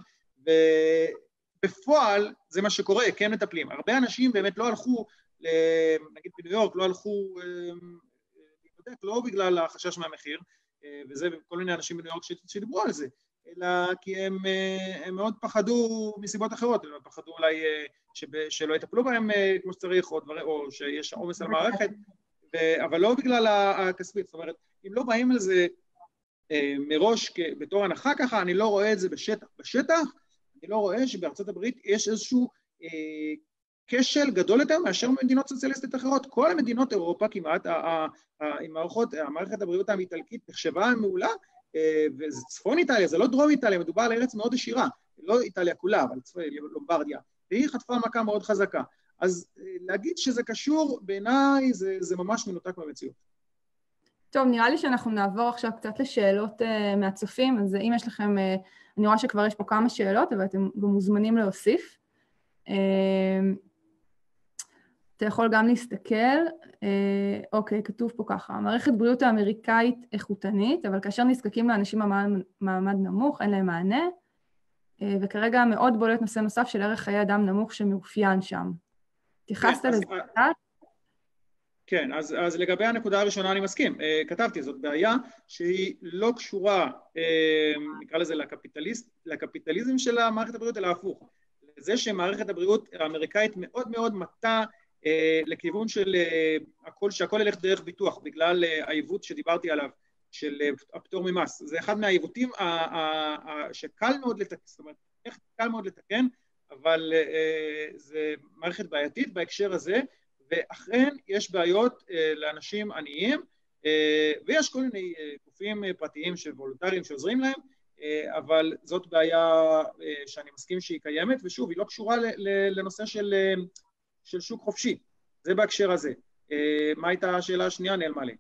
[SPEAKER 2] ובפועל זה מה שקורה, כן מטפלים. הרבה אנשים באמת לא הלכו, נגיד בניו יורק, לא הלכו, לא בגלל החשש מהמחיר, וזה כל מיני אנשים בניו יורק שדיברו על זה, אלא כי הם מאוד פחדו מסיבות אחרות, הם פחדו אולי שלא יטפלו בהם כמו שצריך, או שיש עומס על מערכת, אבל לא בגלל הכספית. זאת אומרת, אם לא באים על זה מראש בתור הנחה ככה, אני לא רואה את זה בשטח. בשטח אני לא רואה שבארצות הברית יש איזשהו כשל גדול יותר מאשר מדינות סוציאליסטיות אחרות. כל המדינות אירופה כמעט, המערכת הבריאות האיטלקית נחשבה מעולה, וזה צפון איטליה, זה לא דרום איטליה, מדובר על ארץ מאוד עשירה, לא איטליה כולה, אבל לומברדיה, והיא חטפה מכה מאוד חזקה. אז להגיד שזה קשור, בעיניי זה ממש מנותק מהמציאות.
[SPEAKER 1] טוב, נראה לי שאנחנו נעבור עכשיו קצת לשאלות מהצופים, אז אם יש לכם, אני רואה שכבר יש פה כמה שאלות, אבל אתם גם מוזמנים להוסיף. אתה יכול גם להסתכל, אוקיי, כתוב פה ככה, מערכת בריאות האמריקאית איכותנית, אבל כאשר נזקקים לאנשים במעמד נמוך, אין להם מענה, וכרגע מאוד בולט נושא נוסף של ערך חיי אדם נמוך שמאופיין שם. התייחסת לזה?
[SPEAKER 2] כן, אז לגבי הנקודה הראשונה אני מסכים. כתבתי, זאת בעיה שהיא לא קשורה, נקרא לזה לקפיטליזם של המערכת הבריאות, אלא הפוך. זה שמערכת הבריאות האמריקאית מאוד מאוד מטה לכיוון של שהכל ילך דרך ביטוח, בגלל העיוות שדיברתי עליו, של הפטור ממס. זה אחד מהעיוותים שקל מאוד לתקן, זאת אומרת, איך קל מאוד לתקן, אבל זה מערכת בעייתית בהקשר הזה, ואכן יש בעיות לאנשים עניים, ויש כל מיני גופים פרטיים וולונטריים שעוזרים להם, אבל זאת בעיה שאני מסכים שהיא קיימת, ושוב, היא לא קשורה לנושא של שוק חופשי. זה בהקשר הזה. מה הייתה השאלה השנייה? נעלמה לי.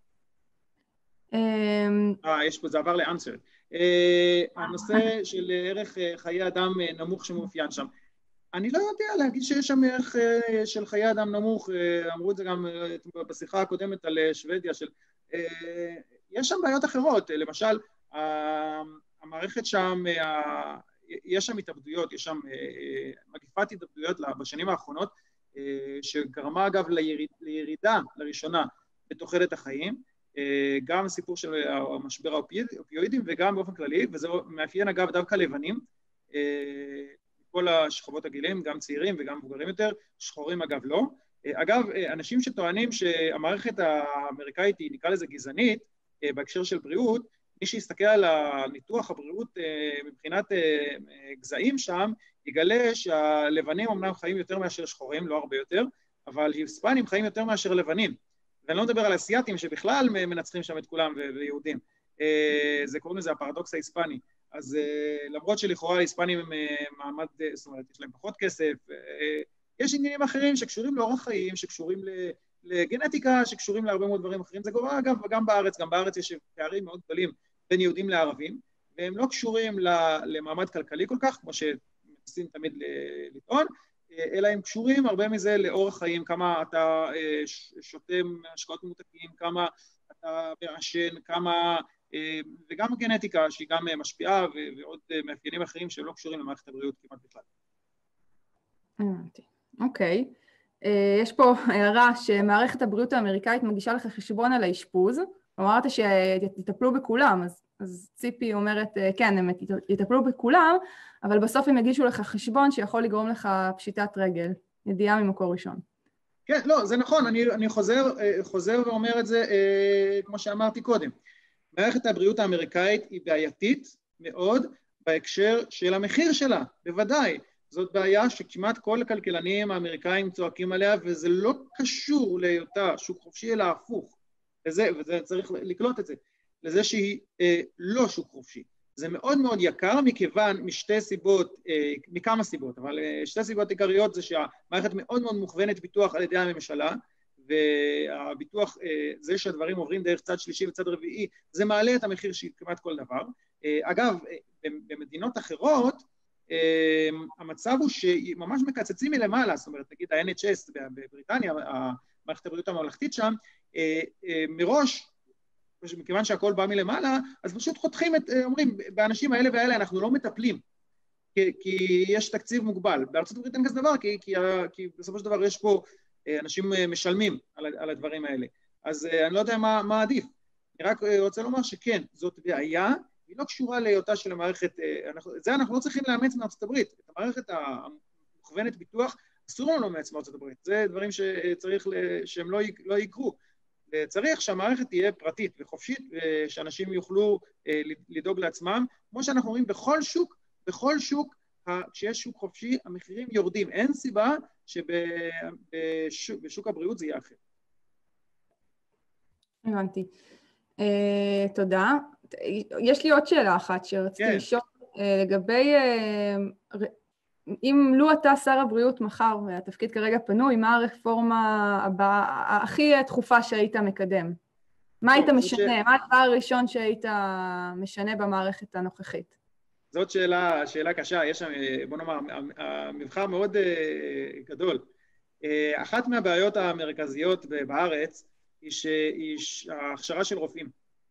[SPEAKER 2] יש פה, זה עבר לאנסר. הנושא של ערך חיי אדם נמוך שמאופיין שם. אני לא יודע להגיד שיש שם ערך של חיי אדם נמוך, אמרו את זה גם בשיחה הקודמת על שוודיה, יש שם בעיות אחרות, למשל, המערכת שם, יש שם התאבדויות, יש שם מגפת התאבדויות בשנים האחרונות, שגרמה אגב לירידה לראשונה בתוחלת החיים, גם סיפור של המשבר האופיואידים וגם באופן כללי, וזה מאפיין אגב דווקא לבנים, כל השכבות הגילים, גם צעירים וגם מבוגרים יותר, שחורים אגב לא. אגב, אנשים שטוענים שהמערכת האמריקאית היא נקרא לזה גזענית, בהקשר של בריאות, מי שיסתכל על ניתוח הבריאות מבחינת גזעים שם, יגלה שהלבנים אמנם חיים יותר מאשר שחורים, לא הרבה יותר, אבל היספנים חיים יותר מאשר לבנים. ואני לא מדבר על אסיאטים שבכלל מנצחים שם את כולם ויהודים. זה קוראים לזה הפרדוקס ההיספני. אז למרות שלכאורה היספנים הם מעמד, זאת אומרת, יש להם פחות כסף, יש עניינים אחרים שקשורים לאורח חיים, שקשורים לגנטיקה שקשורים להרבה מאוד דברים אחרים. זה קורה אגב גם בארץ יש פערים מאוד גדולים בין יהודים לערבים, והם לא קשורים למעמד כלכלי כל כך, כמו שמנסים תמיד לטעון, אלא הם קשורים הרבה מזה לאורח חיים, כמה אתה שותה השקעות ממותקים, כמה אתה מעשן, כמה, וגם גנטיקה שהיא גם משפיעה, ועוד מאפיינים אחרים שהם לא קשורים למערכת הבריאות כמעט בכלל.
[SPEAKER 1] אוקיי. יש פה הערה שמערכת הבריאות האמריקאית מגישה לך חשבון על האשפוז, אמרת שיטפלו בכולם, אז ציפי אומרת, כן, הם יטפלו בכולם, אבל בסוף הם יגישו לך חשבון שיכול לגרום לך פשיטת רגל, ידיעה ממקור ראשון.
[SPEAKER 2] כן, לא, זה נכון, אני חוזר ואומר את זה כמו שאמרתי קודם. מערכת הבריאות האמריקאית היא בעייתית מאוד בהקשר של המחיר שלה, בוודאי. זאת בעיה שכמעט כל הכלכלנים האמריקאים צועקים עליה, וזה לא קשור להיותה שוק חופשי, אלא הפוך. וזה צריך לקלוט את זה. לזה שהיא לא שוק חופשי. זה מאוד מאוד יקר מכיוון משתי סיבות, מכמה סיבות, אבל שתי סיבות עיקריות זה שהמערכת מאוד מאוד מוכוונת ביטוח על ידי הממשלה, והביטוח, זה שהדברים עוברים דרך צד שלישי וצד רביעי, זה מעלה את המחיר של כמעט כל דבר. אגב, במדינות אחרות, המצב הוא שממש מקצצים מלמעלה, זאת אומרת, נגיד ה-NHS בבריטניה, מערכת הבריאות הממלכתית שם, מראש, מכיוון שהכל בא מלמעלה, אז פשוט חותכים אומרים, באנשים האלה והאלה אנחנו לא מטפלים, כי יש תקציב מוגבל. בארצות הברית אין כזה דבר, כי בסופו של דבר יש פה אנשים משלמים על הדברים האלה. אז אני לא יודע מה עדיף. אני רק רוצה לומר שכן, זאת בעיה, היא לא קשורה להיותה של המערכת, זה אנחנו לא צריכים לאמץ מארצות הברית. את המערכת המוכוונת ביטוח, אסור לנו לאמץ מארצות הברית. זה דברים שצריך שהם לא יקרו. צריך שהמערכת תהיה פרטית וחופשית, ושאנשים יוכלו לדאוג לעצמם. כמו שאנחנו אומרים, בכל שוק, כשיש שוק חופשי, המחירים יורדים. אין סיבה שבשוק הבריאות זה יהיה אחר.
[SPEAKER 1] הבנתי. תודה. יש לי עוד שאלה אחת שרציתי לשאול, לגבי, אם לו אתה שר הבריאות מחר, והתפקיד כרגע פנוי, מה הרפורמה הבאה, הכי דחופה שהיית מקדם? מה היית משנה? מה הדבר הראשון שהיית משנה במערכת הנוכחית?
[SPEAKER 2] זאת שאלה קשה, יש שם, בוא נאמר, המבחר מאוד גדול. אחת מהבעיות המרכזיות בארץ היא ההכשרה של רופאים.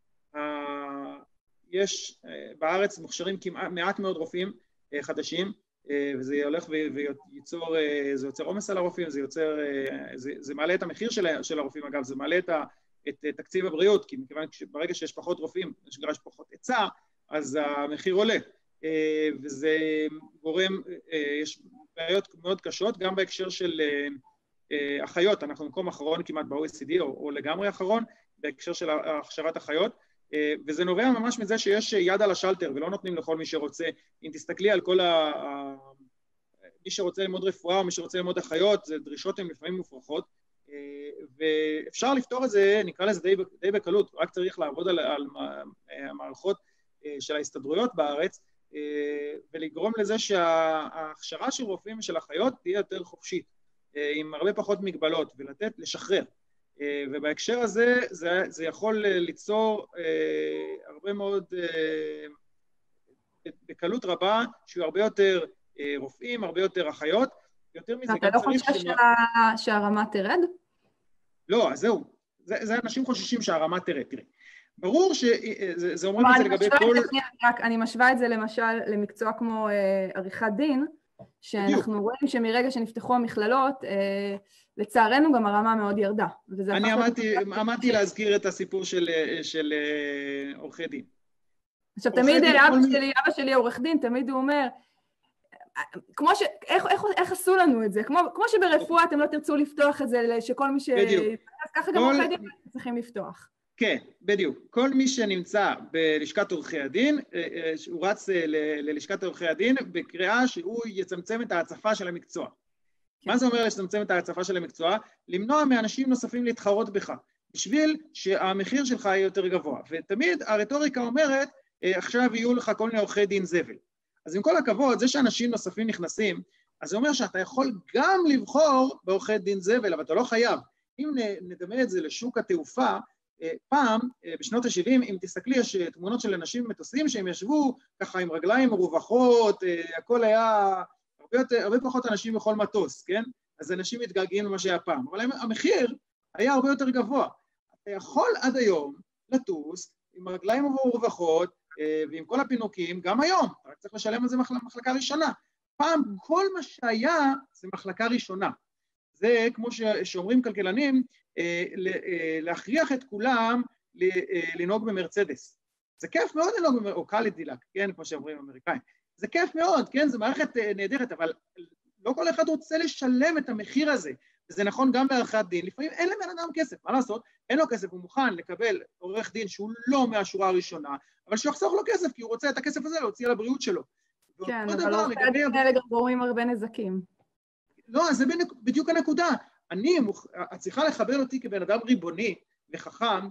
[SPEAKER 2] יש בארץ מוכשרים מעט מאוד רופאים חדשים, וזה הולך וייצור, זה יוצר עומס על הרופאים, זה מעלה את המחיר של הרופאים, אגב, זה מעלה את תקציב הבריאות, כי מכיוון שברגע שיש פחות רופאים, יש פחות היצע, אז המחיר עולה. וזה גורם, יש בעיות מאוד קשות, גם בהקשר של אחיות, אנחנו מקום אחרון כמעט ב-OECD, או לגמרי אחרון, בהקשר של הכשרת אחיות, וזה נובע ממש מזה שיש יד על השלטר, ולא נותנים לכל מי שרוצה. אם תסתכלי על כל מי שרוצה ללמוד רפואה, או מי שרוצה ללמוד אחיות, זה דרישות הן לפעמים מופרכות, ואפשר לפתור את זה, נקרא לזה די בקלות, רק צריך לעבוד על המערכות של ההסתדרויות בארץ, ולגרום לזה שההכשרה של רופאים ושל אחיות תהיה יותר חופשית, עם הרבה פחות מגבלות, לשחרר. ובהקשר הזה, זה יכול ליצור הרבה מאוד, בקלות רבה, שיהיו הרבה יותר רופאים, הרבה יותר אחיות, יותר מזה.
[SPEAKER 1] אתה לא חושב שהרמה תרד?
[SPEAKER 2] לא, אז זהו. זה אנשים חוששים שהרמה תרד, תראה. ברור שזה אומרים את זה לגבי כל...
[SPEAKER 1] אני משווה את זה למשל למקצוע כמו עריכת דין, שאנחנו רואים שמרגע שנפתחו המכללות, לצערנו גם הרמה מאוד ירדה.
[SPEAKER 2] אני עמדתי להזכיר את הסיפור של עורכי דין.
[SPEAKER 1] עכשיו, תמיד אבא שלי עורך דין, תמיד הוא אומר, איך עשו לנו את זה? כמו שברפואה אתם לא תרצו לפתוח את זה, שכל מי ש...
[SPEAKER 2] בדיוק.
[SPEAKER 1] אז ככה גם עורכי דין צריכים לפתוח.
[SPEAKER 2] כן, בדיוק. כל מי שנמצא בלשכת עורכי הדין, הוא רץ ללשכת עורכי הדין בקריאה שהוא יצמצם את ההצפה של המקצוע. מה זה אומר לצמצם את ההצפה של המקצוע? למנוע מאנשים נוספים להתחרות בך, בשביל שהמחיר שלך יהיה יותר גבוה. ותמיד הרטוריקה אומרת, עכשיו יהיו לך כל מיני עורכי דין זבל. אז עם כל הכבוד, זה שאנשים נוספים נכנסים, אז זה אומר שאתה יכול גם לבחור בעורכי דין זבל, אבל אתה לא חייב. אם נדמה את זה לשוק התעופה, פעם, בשנות ה-70, אם תסתכלי, יש תמונות של אנשים מטוסים שהם ישבו ככה עם רגליים מרווחות, הכל היה הרבה פחות אנשים בכל מטוס, כן? אז אנשים מתגעגעים למה שהיה פעם, אבל המחיר היה הרבה יותר גבוה. אתה יכול עד היום לטוס עם רגליים מרווחות ועם כל הפינוקים, גם היום, רק צריך לשלם על זה מחלקה ראשונה. פעם כל מה שהיה זה מחלקה ראשונה. זה כמו שאומרים כלכלנים, להכריח את כולם לנהוג במרצדס. זה כיף מאוד לנהוג, או קדילק, כן, כמו שאומרים אמריקאים. זה כיף מאוד, כן, זו מערכת נהדרת, אבל לא כל אחד רוצה לשלם את המחיר הזה. וזה נכון גם בעריכת דין. לפעמים אין לבן אדם כסף, מה לעשות? אין לו כסף, הוא מוכן לקבל עורך דין שהוא לא מהשורה הראשונה, אבל שיחסוך לו כסף, כי הוא רוצה את הכסף הזה להוציא על הבריאות שלו.
[SPEAKER 1] כן, אבל עורכי הדין האלה גם גורמים הרבה נזקים.
[SPEAKER 2] לא, זה בדיוק הנקודה. את צריכה לכבד אותי כבן אדם ריבוני וחכם,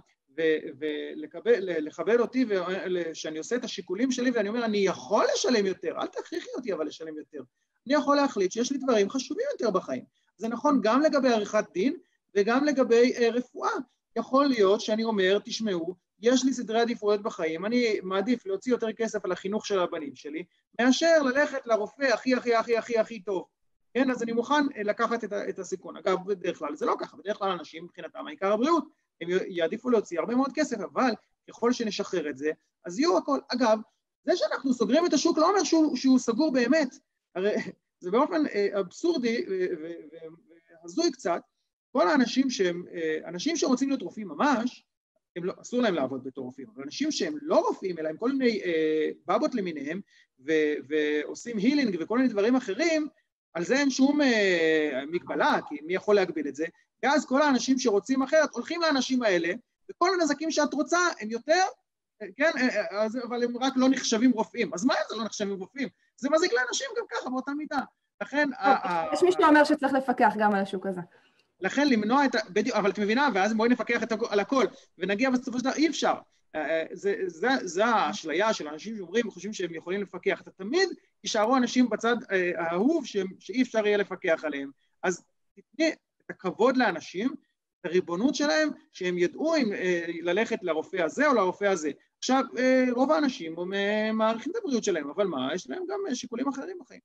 [SPEAKER 2] ולכבד אותי שאני עושה את השיקולים שלי, ואני אומר, אני יכול לשלם יותר, אל תכריחי אותי אבל לשלם יותר. אני יכול להחליט שיש לי דברים חשובים יותר בחיים. זה נכון גם לגבי עריכת דין, וגם לגבי רפואה. יכול להיות שאני אומר, תשמעו, יש לי סדרי עדיפויות בחיים, אני מעדיף להוציא יותר כסף על החינוך של הבנים שלי, מאשר ללכת לרופא הכי טוב. כן, אז אני מוכן לקחת את הסיכון. אגב, בדרך כלל זה לא ככה, בדרך כלל אנשים מבחינתם העיקר הבריאות, הם יעדיפו להוציא הרבה מאוד כסף, אבל ככל שנשחרר את זה, אז יהיו הכל. אגב, זה שאנחנו סוגרים את השוק לא אומר שהוא סגור באמת, הרי זה באופן אבסורדי והזוי קצת, כל האנשים אנשים שרוצים להיות רופאים ממש, אסור להם לעבוד בתור רופאים, אבל אנשים שהם לא רופאים, אלא הם כל מיני בבות למיניהם, ועושים הילינג וכל מיני דברים אחרים, על זה אין שום מגבלה, כי מי יכול להגביל את זה, ואז כל האנשים שרוצים אחרת, הולכים לאנשים האלה, וכל הנזקים שאת רוצה הם יותר, כן, אבל הם רק לא נחשבים רופאים. אז מה זה לא נחשבים רופאים? זה מזיק לאנשים גם ככה, באותה מידה. לכן...
[SPEAKER 1] יש מישהו אומר שצריך לפקח גם על השוק הזה.
[SPEAKER 2] לכן למנוע את... בדיוק, אבל את מבינה, ואז בואי נפקח על הכל, ונגיע בסופו של דבר, אי אפשר. זה האשליה של אנשים שאומרים וחושבים שהם יכולים לפקח. אתה תמיד יישארו אנשים בצד האהוב שאי אפשר יהיה לפקח עליהם. אז תתני את הכבוד לאנשים, את הריבונות שלהם, שהם ידעו אם ללכת לרופא הזה או לרופא הזה. עכשיו, רוב האנשים מעריכים את הבריאות שלהם, אבל מה? יש להם גם שיקולים אחרים בחיים.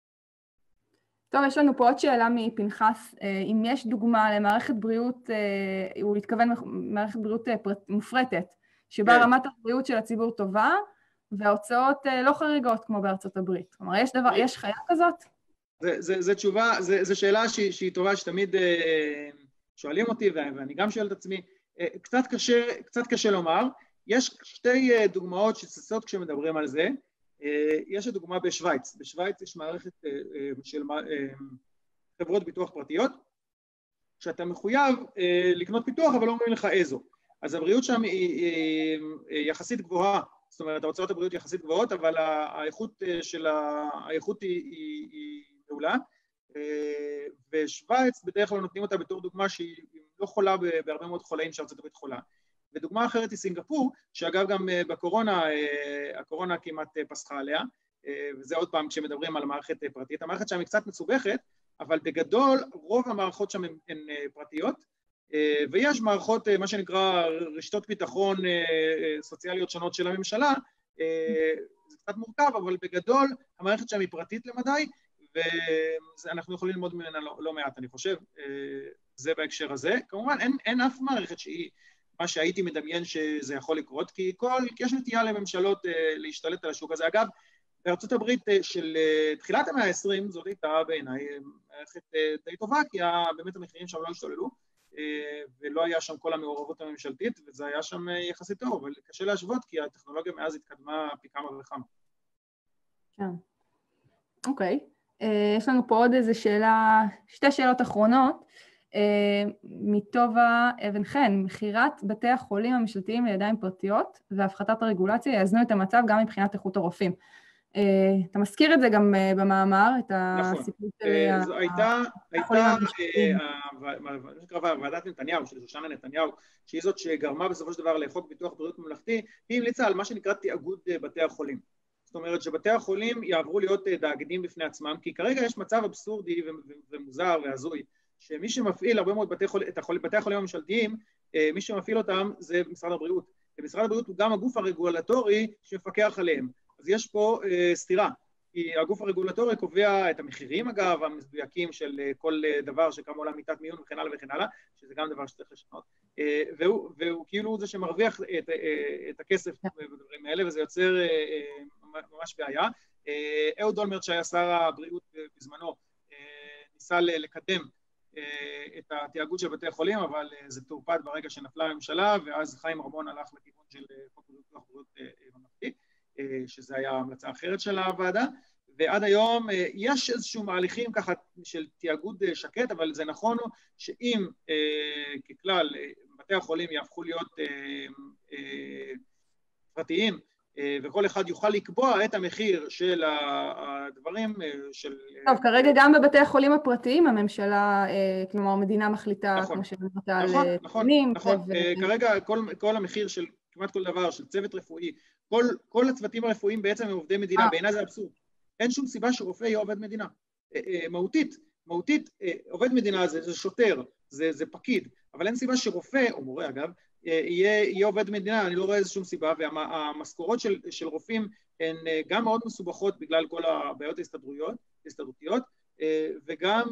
[SPEAKER 1] טוב, יש לנו פה עוד שאלה מפנחס. אם יש דוגמה למערכת בריאות, הוא התכוון מערכת בריאות מופרטת, שבה רמת הבריאות של הציבור טובה, וההוצאות לא חריגות כמו בארצות הברית. כלומר, יש חיה כזאת?
[SPEAKER 2] זו תשובה, זו שאלה שהיא טובה, שתמיד שואלים אותי, ואני גם שואל את עצמי, קצת קשה לומר. יש שתי דוגמאות שצצות כשמדברים על זה. יש הדוגמה בשוויץ. בשוויץ יש מערכת של חברות ביטוח פרטיות, שאתה מחויב לקנות ביטוח, אבל לא אומרים לך איזו. אז הבריאות שם היא יחסית גבוהה, זאת אומרת, ההוצאות הבריאות יחסית גבוהות, אבל האיכות היא מעולה. ושוויץ בדרך כלל נותנים אותה בתור דוגמה שהיא לא חולה בהרבה מאוד חולאים שארצות הברית חולה. ודוגמה אחרת היא סינגפור, שאגב גם בקורונה, הקורונה כמעט פסחה עליה, וזה עוד פעם כשמדברים על המערכת פרטית. המערכת שם היא קצת מסובכת, אבל בגדול רוב המערכות שם הן פרטיות, ויש מערכות, מה שנקרא רשתות ביטחון סוציאליות שונות של הממשלה, זה קצת מורכב, אבל בגדול המערכת שם היא פרטית למדי, ואנחנו יכולים ללמוד ממנה לא מעט, אני חושב, זה בהקשר הזה. כמובן, אין אף מערכת שהיא מה שהייתי מדמיין שזה יכול לקרות, כי יש נטייה לממשלות להשתלט על השוק הזה. אגב, בארצות הברית של תחילת המאה ה-20, זאת הייתה בעיניי מערכת די טובה, כי באמת המחירים שם לא השתוללו, ולא היה שם כל המעורבות הממשלתית, וזה היה שם יחסית טוב, אבל קשה להשוות, כי הטכנולוגיה מאז התקדמה פי כמה וכמה.
[SPEAKER 1] כן. אוקיי. יש לנו פה עוד איזו שאלה, שתי שאלות אחרונות. מטובה אבן חן, מכירת בתי החולים הממשלתיים לידיים פרטיות והפחתת הרגולציה יאזנו את המצב גם מבחינת איכות הרופאים. אתה מזכיר את זה גם במאמר, את הסיפור של...
[SPEAKER 2] זו הייתה ועדת נתניהו, של שושנה נתניהו, שהיא זאת שגרמה בסופו של דבר לחוק ביטוח בריאות ממלכתי, היא המליצה על מה שנקרא תאגוד בתי החולים. זאת אומרת שבתי החולים יעברו להיות תאגידים בפני עצמם, כי כרגע יש מצב אבסורדי ומוזר והזוי, שמי שמפעיל הרבה מאוד בתי החולים הממשלתיים, מי שמפעיל אותם זה משרד הבריאות. ומשרד הבריאות הוא גם הגוף הרגולטורי שמפקח עליהם. אז יש פה סתירה. כי הגוף הרגולטורי קובע את המחירים, אגב, המדויקים של כל דבר שכמה עולה מיטת מיון וכן הלאה וכן הלאה, שזה גם דבר שצריך לשנות, והוא כאילו זה שמרוויח את הכסף בדברים האלה, וזה יוצר ממש בעיה. אהוד אולמרט, שהיה שר הבריאות בזמנו, ניסה לקדם את התיאגוד של בתי החולים, אבל זה תורפד ברגע שנפלה הממשלה, ואז חיים רמון הלך לכיוון של חוק בריאות ממלכתי, שזה היה המלצה אחרת של הוועדה, ועד היום יש איזשהו מהליכים ככה של תיאגוד שקט, אבל זה נכון שאם ככלל בתי החולים יהפכו להיות פרטיים, וכל אחד יוכל לקבוע את המחיר של הדברים של...
[SPEAKER 1] טוב, כרגע גם בבתי החולים הפרטיים הממשלה, כלומר המדינה מחליטה,
[SPEAKER 2] נכון,
[SPEAKER 1] כמו שאמרת, על
[SPEAKER 2] תקנים. נכון, כרגע כל המחיר של כמעט כל דבר, של צוות רפואי, כל הצוותים הרפואיים בעצם הם עובדי מדינה, בעיניי זה אבסורד. אין שום סיבה שרופא יהיה עובד מדינה. מהותית, עובד מדינה זה שוטר, זה פקיד, אבל אין סיבה שרופא, או מורה אגב, יהיה עובד מדינה, אני לא רואה איזה שום סיבה, והמשכורות של רופאים הן גם מאוד מסובכות בגלל כל הבעיות ההסתדרותיות, וגם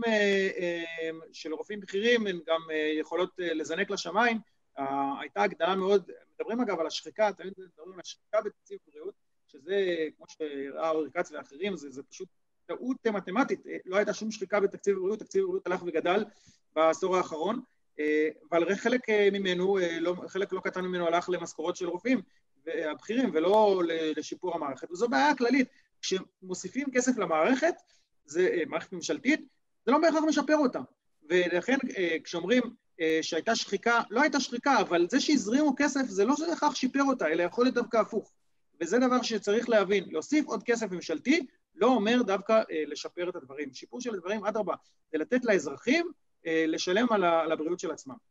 [SPEAKER 2] של רופאים בכירים הן גם יכולות לזנק לשמיים. הייתה הגדלה מאוד, מדברים אגב על השחיקה, תמיד מדברים על השחיקה בתקציב בריאות, שזה, כמו שראה אורי כץ ואחרים, זה פשוט טעות מתמטית, לא הייתה שום שחיקה בתקציב בריאות, תקציב בריאות הלך וגדל בעשור האחרון, אבל חלק ממנו, חלק לא קטן ממנו הלך למשכורות של רופאים הבכירים, ולא לשיפור המערכת, וזו בעיה כללית. כשמוסיפים כסף למערכת, זה מערכת ממשלתית, זה לא בהכרח משפר אותה, ולכן כשאומרים שהייתה שחיקה, לא הייתה שחיקה, אבל זה שהזרימו כסף זה לא בהכרח שיפר אותה, אלא יכול להיות דווקא הפוך. וזה דבר שצריך להבין, להוסיף עוד כסף ממשלתי, לא אומר דווקא לשפר את הדברים. שיפור של הדברים, אדרבה, זה לתת לאזרחים לשלם על הבריאות של עצמם.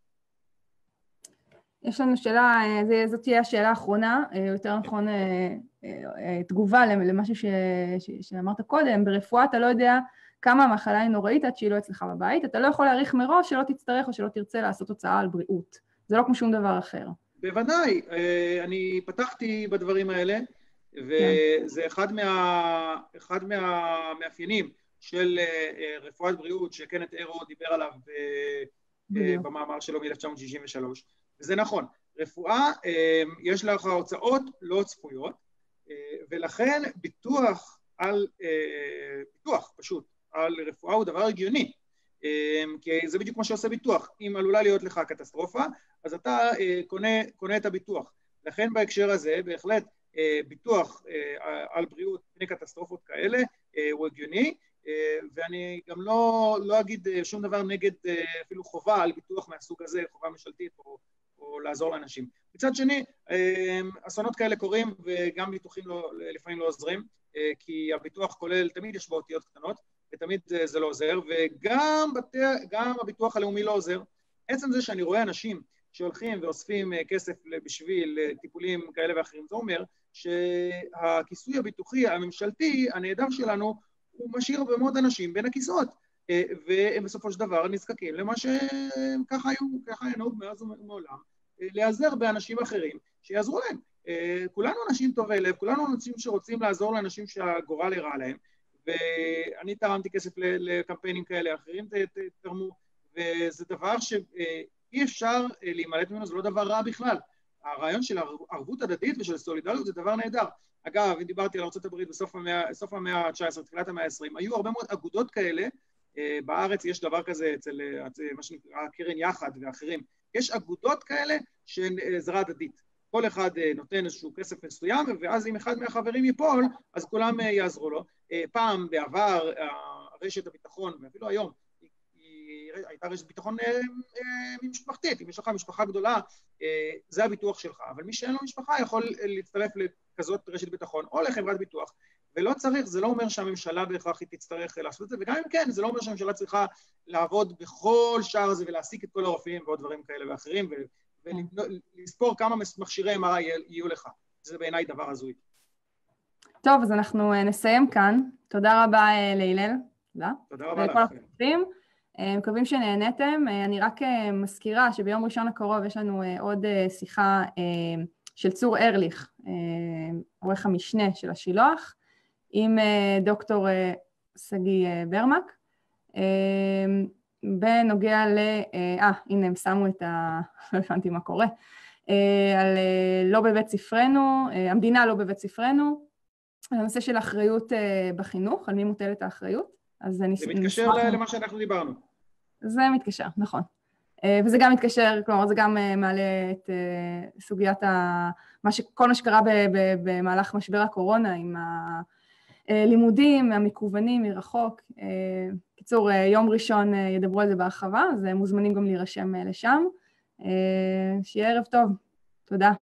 [SPEAKER 1] יש לנו שאלה, זאת תהיה השאלה האחרונה, יותר נכון תגובה למשהו שאמרת קודם, ברפואה אתה לא יודע כמה המחלה היא נוראית עד שהיא לא אצלך בבית, אתה לא יכול להעריך מראש שלא תצטרך או שלא תרצה לעשות הוצאה על בריאות. זה לא כמו שום דבר אחר.
[SPEAKER 2] בוודאי, אני פתחתי בדברים האלה, וזה אחד מהמאפיינים של רפואת בריאות שקנת אירו דיבר עליו במאמר שלו מ-1963, וזה נכון, רפואה יש לך הוצאות לא צפויות, ולכן ביטוח פשוט על רפואה הוא דבר הגיוני, כי זה בדיוק מה שעושה ביטוח. אם עלולה להיות לך קטסטרופה, אז אתה קונה את הביטוח. לכן בהקשר הזה, בהחלט ביטוח על בריאות מפני קטסטרופות כאלה הוא הגיוני, ואני גם לא אגיד שום דבר נגד אפילו חובה על ביטוח מהסוג הזה, חובה ממשלתית או לעזור לאנשים. מצד שני, אסונות כאלה קורים וגם ביטוחים לפעמים לא עוזרים, כי הביטוח כולל, תמיד יש בו אותיות קטנות, ותמיד זה לא עוזר, וגם הביטוח הלאומי לא עוזר. עצם זה שאני רואה אנשים שהולכים ואוספים כסף בשביל טיפולים כאלה ואחרים, זה אומר שהכיסוי הביטוחי הממשלתי, הנהדר שלנו, הוא משאיר הרבה מאוד אנשים בין הכיסאות, והם בסופו של דבר נזקקים למה שככה היה נהוג מאז ומעולם, להיעזר באנשים אחרים שיעזרו להם. כולנו אנשים טובי לב, כולנו אנשים שרוצים לעזור לאנשים שהגורל הרע להם, ואני תרמתי כסף לקמפיינים כאלה, אחרים תרמו, וזה דבר שאי אפשר להימלט ממנו, זה לא דבר רע בכלל. הרעיון של ערבות הדדית ושל סולידריות זה דבר נהדר. אגב, אם דיברתי על ארצות הברית בסוף המאה ה-19, תחילת המאה ה-20, היו הרבה מאוד אגודות כאלה, בארץ יש דבר כזה אצל מה שנקרא קרן יחד ואחרים, יש אגודות כאלה שהן עזרה הדדית. כל אחד נותן איזשהו כסף מסוים, ואז אם אחד מהחברים ייפול, אז כולם יעזרו לו. פעם בעבר, רשת הביטחון, ואפילו היום, הייתה רשת ביטחון משפחתית. אם יש לך משפחה גדולה, זה הביטוח שלך. אבל מי שאין לו משפחה יכול להצטרף לכזאת רשת ביטחון, או לחברת ביטוח. ולא צריך, זה לא אומר שהממשלה בהכרח היא תצטרך לעשות את זה, וגם אם כן, זה לא אומר שהממשלה צריכה לעבוד בכל שער הזה, ולהעסיק את כל הרופאים ועוד דברים כאלה ואחרים, ולספור כמה מכשירי MRI יהיו לך. זה בעיניי דבר הזוי.
[SPEAKER 1] טוב, אז אנחנו נסיים כאן. תודה רבה להלל.
[SPEAKER 2] תודה רבה לך.
[SPEAKER 1] מקווים שנהנתם. אני רק מזכירה שביום ראשון הקרוב יש לנו עוד שיחה של צור ארליך, עורך המשנה של השילוח, עם דוקטור סגי ברמק, בנוגע הנה הם שמו את לא הבנתי מה קורה, על לא בבית ספרנו, המדינה לא בבית ספרנו, על הנושא של אחריות בחינוך, על מי מוטלת האחריות. זה
[SPEAKER 2] מתקשר למה שאנחנו דיברנו.
[SPEAKER 1] זה מתקשר, נכון. וזה גם מתקשר, כלומר זה גם מעלה את סוגיית כל מה שקרה במהלך משבר הקורונה עם הלימודים, המקוונים מרחוק. קיצור, יום ראשון ידברו על זה בהרחבה, אז מוזמנים גם להירשם לשם. שיהיה ערב טוב. תודה.